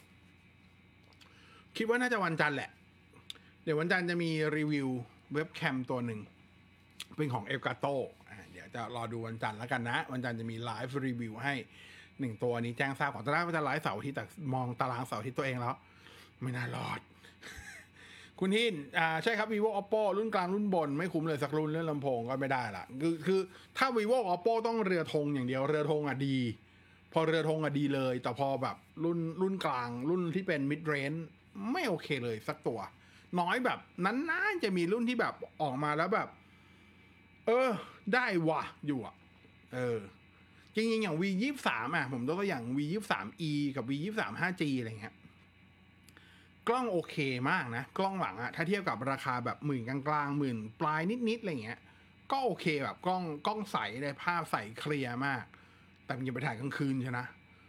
คิดว่าน่าจะวันจันทร์แหละเดี๋ยววันจันทร์จะมีรีวิวเว็บแคมตัวหนึ่งเป็นของ Elgato เดี๋ยวจะรอดูวันจันทร์แล้วกันนะวันจันทร์จะมีไลฟ์รีวิวให้หนึ่งตัวนี้แจ้งทราบก่อนตอนแรกว่าจะไลฟ์เสาร์อาทิตย์แต่มองตารางเสาร์อาทิตย์ตัวเองแล้วไม่น่ารอด คุณฮินอ่าใช่ครับ vivo oppo รุ่นกลางรุ่นบนไม่คุ้มเลยสักรุ่นเรื่องลำโพงก็ไม่ได้ละคือคือถ้า vivo oppo ต้องเรือธงอย่างเดียวเรือธงอ่ะดีพอเรือธงอ่ะดีเลยแต่พอแบบรุ่นรุ่นกลางรุ่นที่เป็น mid range ไม่โอเคเลยสักตัวน้อยแบบนั้นน่าจะมีรุ่นที่แบบออกมาแล้วแบบเออได้ว่ะอยู่อ่ะเออจริงๆอย่าง วี ยี่สิบสาม อ่ะผมยกตัวอย่าง วี ยี่สิบสาม อี กับ วี ยี่สิบสาม ห้าจี อะไรเงี้ยกล้องโอเคมากนะกล้องหลังอะถ้าเทียบกับราคาแบบหมื่นกลางๆหมื่นปลายนิดๆอะไรเงี้ยก็โอเคแบบกล้องกล้องใสเลยภาพใสเคลียร์มากแต่มันยังไปถ่ายกลางคืนใช่นะ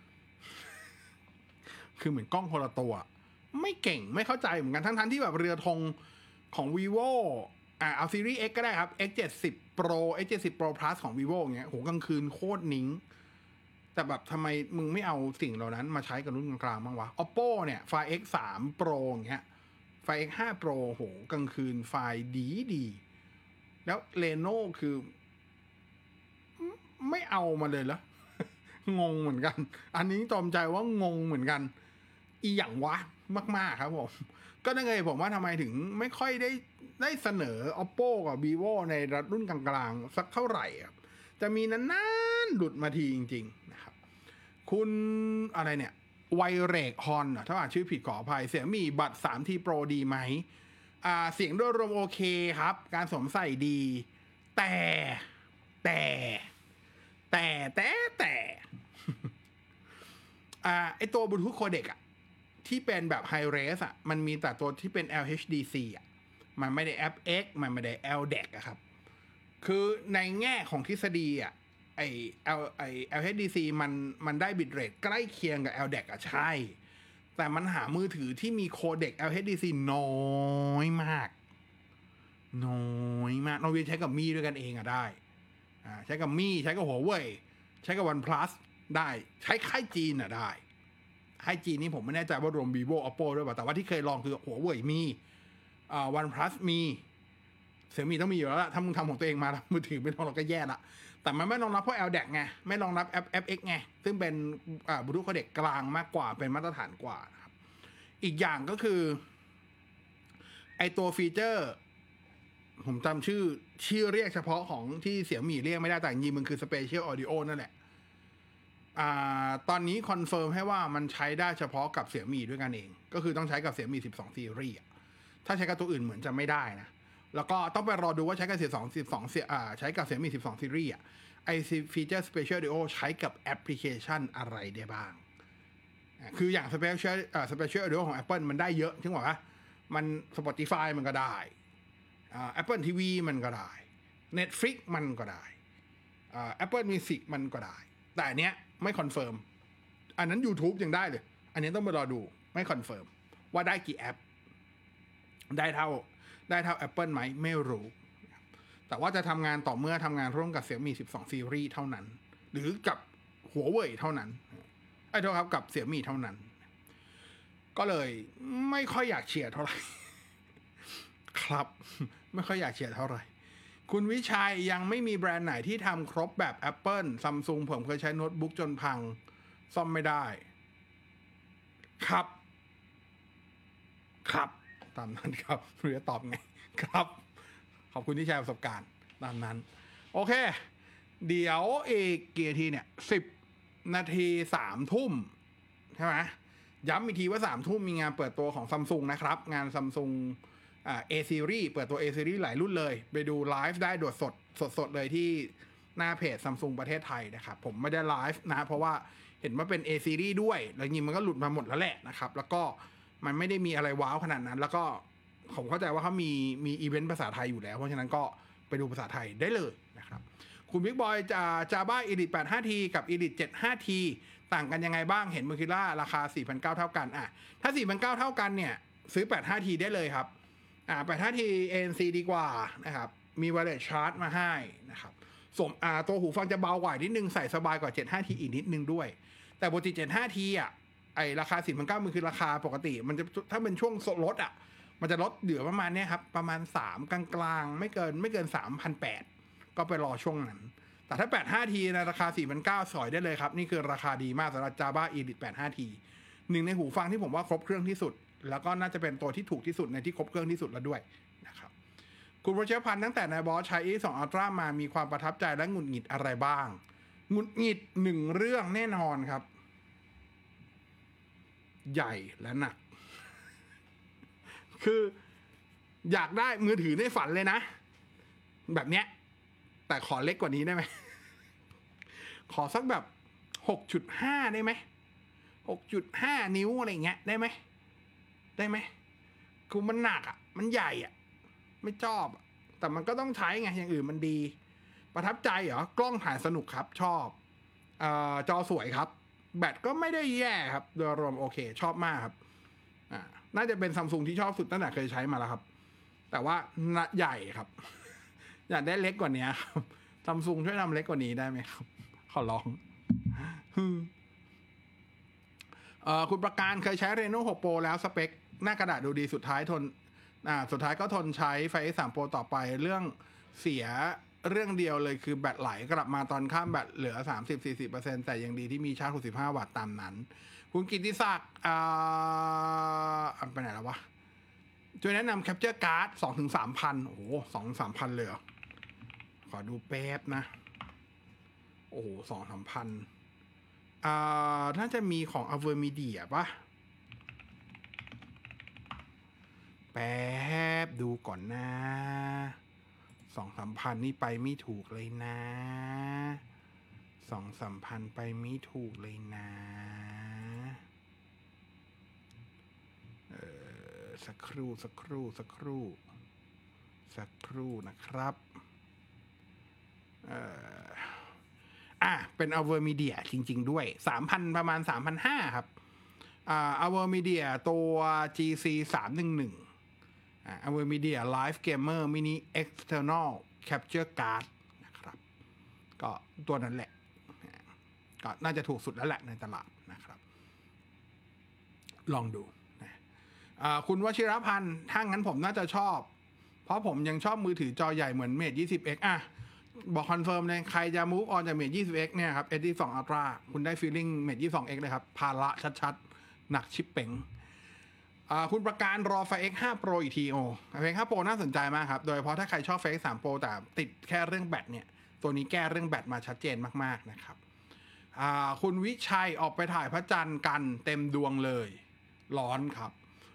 คือเหมือนกล้องคนละตัวไม่เก่งไม่เข้าใจเหมือนกันทั้งๆที่แบบเรือธงของ vivo อ่าเอาซีรีส์ X ก็ได้ครับ เอ็กซ์ เจ็ดสิบ Pro เอ็กซ์ เจ็ดสิบ Pro Plus ของ vivo เงี้ยโหกลางคืนโคตรนิ้งแต่แบบทำไมมึงไม่เอาสิ่งเหล่านั้นมาใช้กับรุ่นกลางๆบ้างวะ oppo เนี่ยไฟล์ เอ็กซ์ สาม Pro อย่างเงี้ยไฟล์ เอ็กซ์ ห้า Pro โหกลางคืนไฟล์ดีดีแล้ว Reno คือไม่เอามาเลยเหรองงเหมือนกันอันนี้ตอมใจว่างงเหมือนกันอีหยังวะมากๆครับผมก็นั่นไงผมว่าทำไมถึงไม่ค่อยได้ได้เสนอ oppo กับ vivo ในรุ่นกลางๆสักเท่าไหร่ครับจะมีนานๆหลุดมาทีจริงๆนะครับคุณอะไรเนี่ยไวเรกฮอนถ้าอ่านชื่อผิดขออภัยเสียงมีบัตร ทรี ที Pro ดีไหมอ่าเสียงโดยรวมโอเคครับการสวมใส่ดีแต่แต่แต่แต่แต่อ่าไอตัวบลูทูธโคเด็กอะที่เป็นแบบไฮเรสอะมันมีแต่ตัวที่เป็น แอล เอช ดี ซี อะมันไม่ได้ เอฟ เอ็กซ์ มันไม่ได้ แอล ดี เอ ซี อะครับคือในแง่ของทฤษฎีอะไอ L ไอ แอล เอช ดี ซี มันมันได้บิตเรทใกล้เคียงกับ แอล ดี เอ ซี อะใช่แต่มันหามือถือที่มีโคเด็ก แอล เอช ดี ซี น้อยมากน้อยมากเราใช้กับมี่ด้วยกันเองอะได้อ่าใช้กับมี่ใช้กับหัวเว่ยใช้กับ OnePlus ได้ใช้ค่ายจีนอะได้ค่ายจีนนี่ผมไม่แน่ใจว่ารวม vivo oppo ด้วยป่ะแต่ว่าที่เคยลองคือหัวเว่ยมีอ่า OnePlus มีเสี่ยมี่ต้องมีอยู่แล้วล่ะถ้ามึงทำของตัวเองมาแล้วมือถือไม่ต้องเราก็แย่ละแต่มันไม่รองรับพวก แอล ดี เอ ซี ไงไม่รองรับ เอฟ เอ็กซ์ ไงซึ่งเป็นอ่าบลูทูธโคเด็กกลางมากกว่าเป็นมาตรฐานกว่าครับอีกอย่างก็คือไอตัวฟีเจอร์ผมจำชื่อชื่อเรียกเฉพาะของที่เสี่ยมี่เรียกไม่ได้แต่จริงๆมันคือ Spatial Audio นั่นแหละอ่าตอนนี้คอนเฟิร์มให้ว่ามันใช้ได้เฉพาะกับเสี่ยมี่ด้วยกันเองก็คือต้องใช้กับเสี่ยมี่สิบสองซีรีส์ถ้าใช้กับตัวอื่นเหมือนจะไม่ได้นะแล้วก็ต้องไปรอดูว่าใช้กับเสี่ยสองสิบสองอ่าใช้กับเสี่ยมี่สิบสองซีรีส์อ่ะไอฟีเจอร์ Spatial Audio ใช้กับแอปพลิเคชันอะไรได้บ้างคืออย่าง Spatial อ่า Spatial Audio ของ Apple มันได้เยอะถึงบอกว่ามัน Spotify มันก็ได้อ่า Apple ที วี มันก็ได้ Netflix มันก็ได้อ่า Apple Music มันก็ได้แต่อันเนี้ยไม่คอนเฟิร์มอันนั้น YouTube ยังได้เลยอันนี้ต้องไปรอดูไม่คอนเฟิร์มว่าได้กี่แอปได้เท่าได้เท่า Apple ไหมไม่รู้แต่ว่าจะทำงานต่อเมื่อทำงานร่วมกับ Xiaomi สิบสอง Series เท่านั้นหรือกับ Huawei เท่านั้นไอ้โทษครับกับ Xiaomi เท่านั้นก็เลยไม่ค่อยอยากเชียร์เท่าไหร่ครับไม่ค่อยอยากเชียร์เท่าไหร่คุณวิชัยยังไม่มีแบรนด์ไหนที่ทำครบแบบ Apple Samsung ผมเคยใช้โน้ตบุ๊กจนพังซ่อมไม่ได้ครับครับตามนั้นครับหรือจะตอบไงครับขอบคุณที่แชร์ประสบการณ์ตามนั้นโอเคเดี๋ยวอีกกี่นาทีเนี่ยสิบนาทีสามทุ่มใช่ไหมย้ำอีกทีว่าสามทุ่มมีงานเปิดตัวของ Samsung นะครับงาน Samsung อ่า A Series เปิดตัว A Series หลายรุ่นเลยไปดูไลฟ์ได้โดดสดสดๆเลยที่หน้าเพจ Samsung ประเทศไทยนะครับผมไม่ได้ไลฟ์นะเพราะว่าเห็นว่าเป็น A Series ด้วยแล้วจริงมันก็หลุดมาหมดแล้วแหละนะครับแล้วก็มันไม่ได้มีอะไรว้าวขนาดนั้นแล้วก็ผมเข้าใจว่าเขามีมีอีเวนต์ภาษาไทยอยู่แล้วเพราะฉะนั้นก็ไปดูภาษาไทยได้เลยนะครับคุณบิ๊กบอยจะ Java Elite แปด ห้าที กับ Elite เจ็ด ห้าที ต่างกันยังไงบ้างเห็นมือคิล่าราคา สี่พันเก้าร้อย เท่ากันอ่ะถ้า สี่พันเก้าร้อย เท่ากันเนี่ยซื้อ แปด ห้าที ได้เลยครับอ่า แปด ห้าที เอ เอ็น ซี ดีกว่านะครับมี wireless charge มาให้นะครับสมอ่าตัวหูฟังจะเบากว่านิดนึงใส่สบายกว่า เจ็ด ห้าที อีกนิดนึงด้วยแต่ปกติ เจ็ด ห้าที อ่ะไอราคา สี่พันเก้าร้อย มันคือราคาปกติมันจะถ้าเป็นช่วงลดอ่ะมันจะลดเหลือประมาณเนี้ยครับประมาณสามกลางๆไม่เกินไม่เกิน สามพันแปดร้อย ก็ไปรอช่วงนั้นแต่ถ้า แปด ห้าที ในราคา สี่พันเก้าร้อย สอยได้เลยครับนี่คือราคาดีมากสำหรับ Java Elite แปด ห้าที หนึ่งในหูฟังที่ผมว่าครบเครื่องที่สุดแล้วก็น่าจะเป็นตัวที่ถูกที่สุดในที่ครบเครื่องที่สุดแล้วด้วยนะครับคุณวชิรพันธ์ตั้งแต่ในบอสใช้ อี สอง Ultra มามีความประทับใจและหงุดหงิดอะไรบ้างหงุดหงิดหนึ่งเรื่องแน่นอนครับใหญ่และหนักคืออยากได้มือถือในฝันเลยนะแบบเนี้ยแต่ขอเล็กกว่านี้ได้ไหม ขอสักแบบ หกจุดห้า ได้ไหม หกจุดห้า นิ้วอะไรเงี้ยได้ไหมได้ไหมคือมันหนักอ่ะมันใหญ่อ่ะไม่ชอบแต่มันก็ต้องใช้ไงอย่างอื่นมันดีประทับใจเหรอกล้องถ่ายสนุกครับชอบเอ่อจอสวยครับแบตก็ไม่ได้แย่ครับโดยรวมโอเคชอบมากครับอ่าน่าจะเป็น Samsung ที่ชอบสุดตั้งแต่เคยใช้มาแล้วครับแต่ว่าใหญ่ครับอยากได้เล็กกว่านี้ครับซัมซุงช่วยทำเล็กกว่านี้ได้ไหมครับขอร้องเอ่อคุณประการเคยใช้ Reno หก Pro แล้วสเปคหน้ากระดาษดูดีสุดท้ายทนอ่าสุดท้ายก็ทนใช้ไฟ เอส สาม Pro ต่อไปเรื่องเสียเรื่องเดียวเลยคือแบตไหลกลับมาตอนข้ามแบตเหลือ สามสิบถึงสี่สิบเปอร์เซ็นต์ แต่ยังดีที่มีชาร์จหกสิบห้าวัตต์ตามนั้นคุณกิติศักดิ์อ่าไปไหนแล้ววะช่วยแนะนำ Capture Card สองถึงสามพัน โอ้โห สองถึงสามพัน เลยเหรอขอดูแป๊บนะโอ้โห สองถึงสามพัน อ่าน่าจะมีของ Avermedia ป่ะแป๊บดูก่อนนะ สองถึงสามพัน นี่ไปไม่ถูกเลยนะ สองถึงสามพัน ไปไม่ถูกเลยนะสักครู่สักครู่สักครู่สักครู่นะครับเอ่ออ่ะเป็น Avermedia จริงๆด้วย สามพัน ประมาณ สามพันห้าร้อย ครับอ่า Avermedia ตัว จี ซี สามหนึ่งหนึ่ง อ่า Avermedia Live Gamer Mini External Capture Card นะครับก็ตัวนั้นแหละก็น่าจะถูกสุดแล้วแหละในตลาดนะครับลองดูคุณวชิรพันธ์ถ้างั้นผมน่าจะชอบเพราะผมยังชอบมือถือจอใหญ่เหมือน Mate ยี่สิบเอ็กซ์ อ่ะบอกคอนเฟิร์มเลยใครจะ move on จาก Mate ยี่สิบเอ็กซ์ เนี่ยครับ เอส ดี สอง Ultra คุณได้ feeling Mate ยี่สิบสอง เอ็กซ์ เลยครับภาระชัดๆหนักชิปเป๋งคุณประการรอไฟ เอ็กซ์ ห้า Pro อีกทีโอไฟ เอ็กซ์ ห้า Pro น่าสนใจมากครับโดยเฉพาะถ้าใครชอบไฟ เอ็กซ์ สาม Pro แต่ติดแค่เรื่องแบตเนี่ยตัวนี้แก้เรื่องแบตมาชัดเจนมากๆนะครับคุณวิชัยออกไปถ่ายพระจันทร์กันเต็มดวงเลยร้อนครับ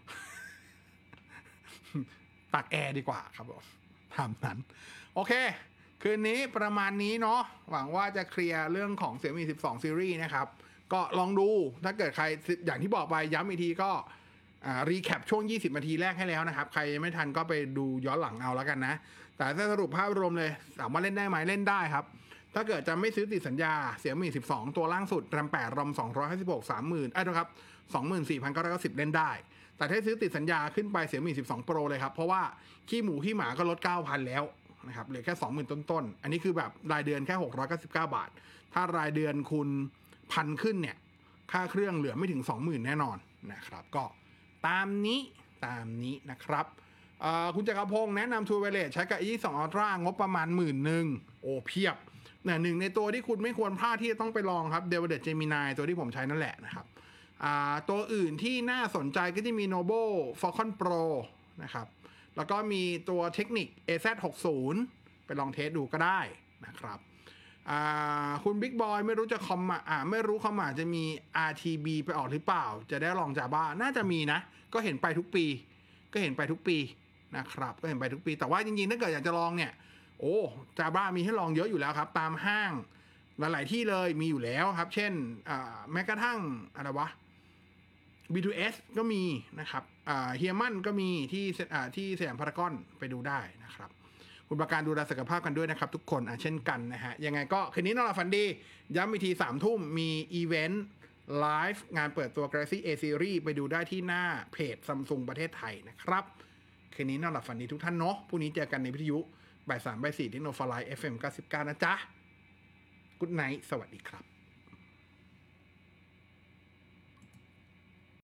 ตักแอร์ดีกว่าครับผมทำนั้นโอเคคืนนี้ประมาณนี้เนาะหวังว่าจะเคลียร์เรื่องของ Xiaomi สิบสอง Series นะครับก็ลองดูถ้าเกิดใครอย่างที่บอกไปย้ำอีกทีก็อ่ารีแคปช่วงยี่สิบนาทีแรกให้แล้วนะครับใครยังไม่ทันก็ไปดูย้อนหลังเอาแล้วกันนะแต่ถ้าสรุปภาพรวมเลยถามว่าเล่นได้ไหมเล่นได้ครับถ้าเกิดจะไม่ซื้อติดสัญญาเสี่ยมี่สิบสองตัวล่างสุดแรมแปดรอมสองร้อยห้าสิบหก สามหมื่นเอ้ยนะครับ สองหมื่นสี่พันเก้าร้อยเก้าสิบ เล่นได้แต่ถ้าซื้อติดสัญญาขึ้นไปเสี่ยมี่สิบสอง Pro เลยครับเพราะว่าขี้หมูขี้หมาก็ลด เก้าพัน แล้วนะครับเหลือแค่ สองหมื่น ต้นๆอันนี้คือแบบรายเดือนแค่หกร้อยเก้าสิบเก้าบาทถ้ารายเดือนคุณพันขึ้นเนี่ยค่าเครื่องเหลือไม่ถึง สองหมื่น แน่นอนนะครับก็ตามนี้ตามนี้นะครับคุณจักรพงศ์แนะนำ True Wireless ใช้กับ อี ยี่สิบสอง Ultra งบประมาณหมื่นหนึ่งโอ้เพียบเนี่ยหนึ่งในตัวที่คุณไม่ควรพลาดที่จะต้องไปลองครับ Delvedette Gemini ตัวที่ผมใช้นั่นแหละนะครับตัวอื่นที่น่าสนใจก็จะมี Noble Falcon Pro นะครับแล้วก็มีตัวเทคนิค เอ แซด หกสิบ ไปลองเทสดูก็ได้นะครับคุณบิ๊กบอยไม่รู้จะคอมอ่าไม่รู้คอมอ่าจะมี อาร์ ที บี ไปออกหรือเปล่าจะได้ลอง Java น่าจะมีนะก็เห็นไปทุกปีก็เห็นไปทุกปีนะครับก็เห็นไปทุกปีแต่ว่าจริงๆถ้าเกิดอยากจะลองเนี่ยโอ้ Java มีให้ลองเยอะอยู่แล้วครับตามห้างหลายๆที่เลยมีอยู่แล้วครับเช่นแม้กระทั่งอะไรวะ บี ทู เอส ก็มีนะครับเฮียมันก็มีที่ที่สยามพารากอนไปดูได้นะครับคุณประการดูแลสุขภาพกันด้วยนะครับทุกคนเช่นกันนะฮะยังไงก็คืนนี้นอนหลับฝันดีย้ำอีกทีสามทุ่มมีอีเวนต์ไลฟ์งานเปิดตัว Galaxy A Series ไปดูได้ที่หน้าเพจ Samsung ประเทศไทยนะครับคืนนี้นอนหลับฝันดีทุกท่านเนาะพรุ่งนี้เจอกันในวิทยุบ่ายสามบ่ายสี่ที่โนฟลาย เอฟ เอ็ม เก้าสิบเก้านะจ๊ะกุ๊ดไนท์สวัสดีครับ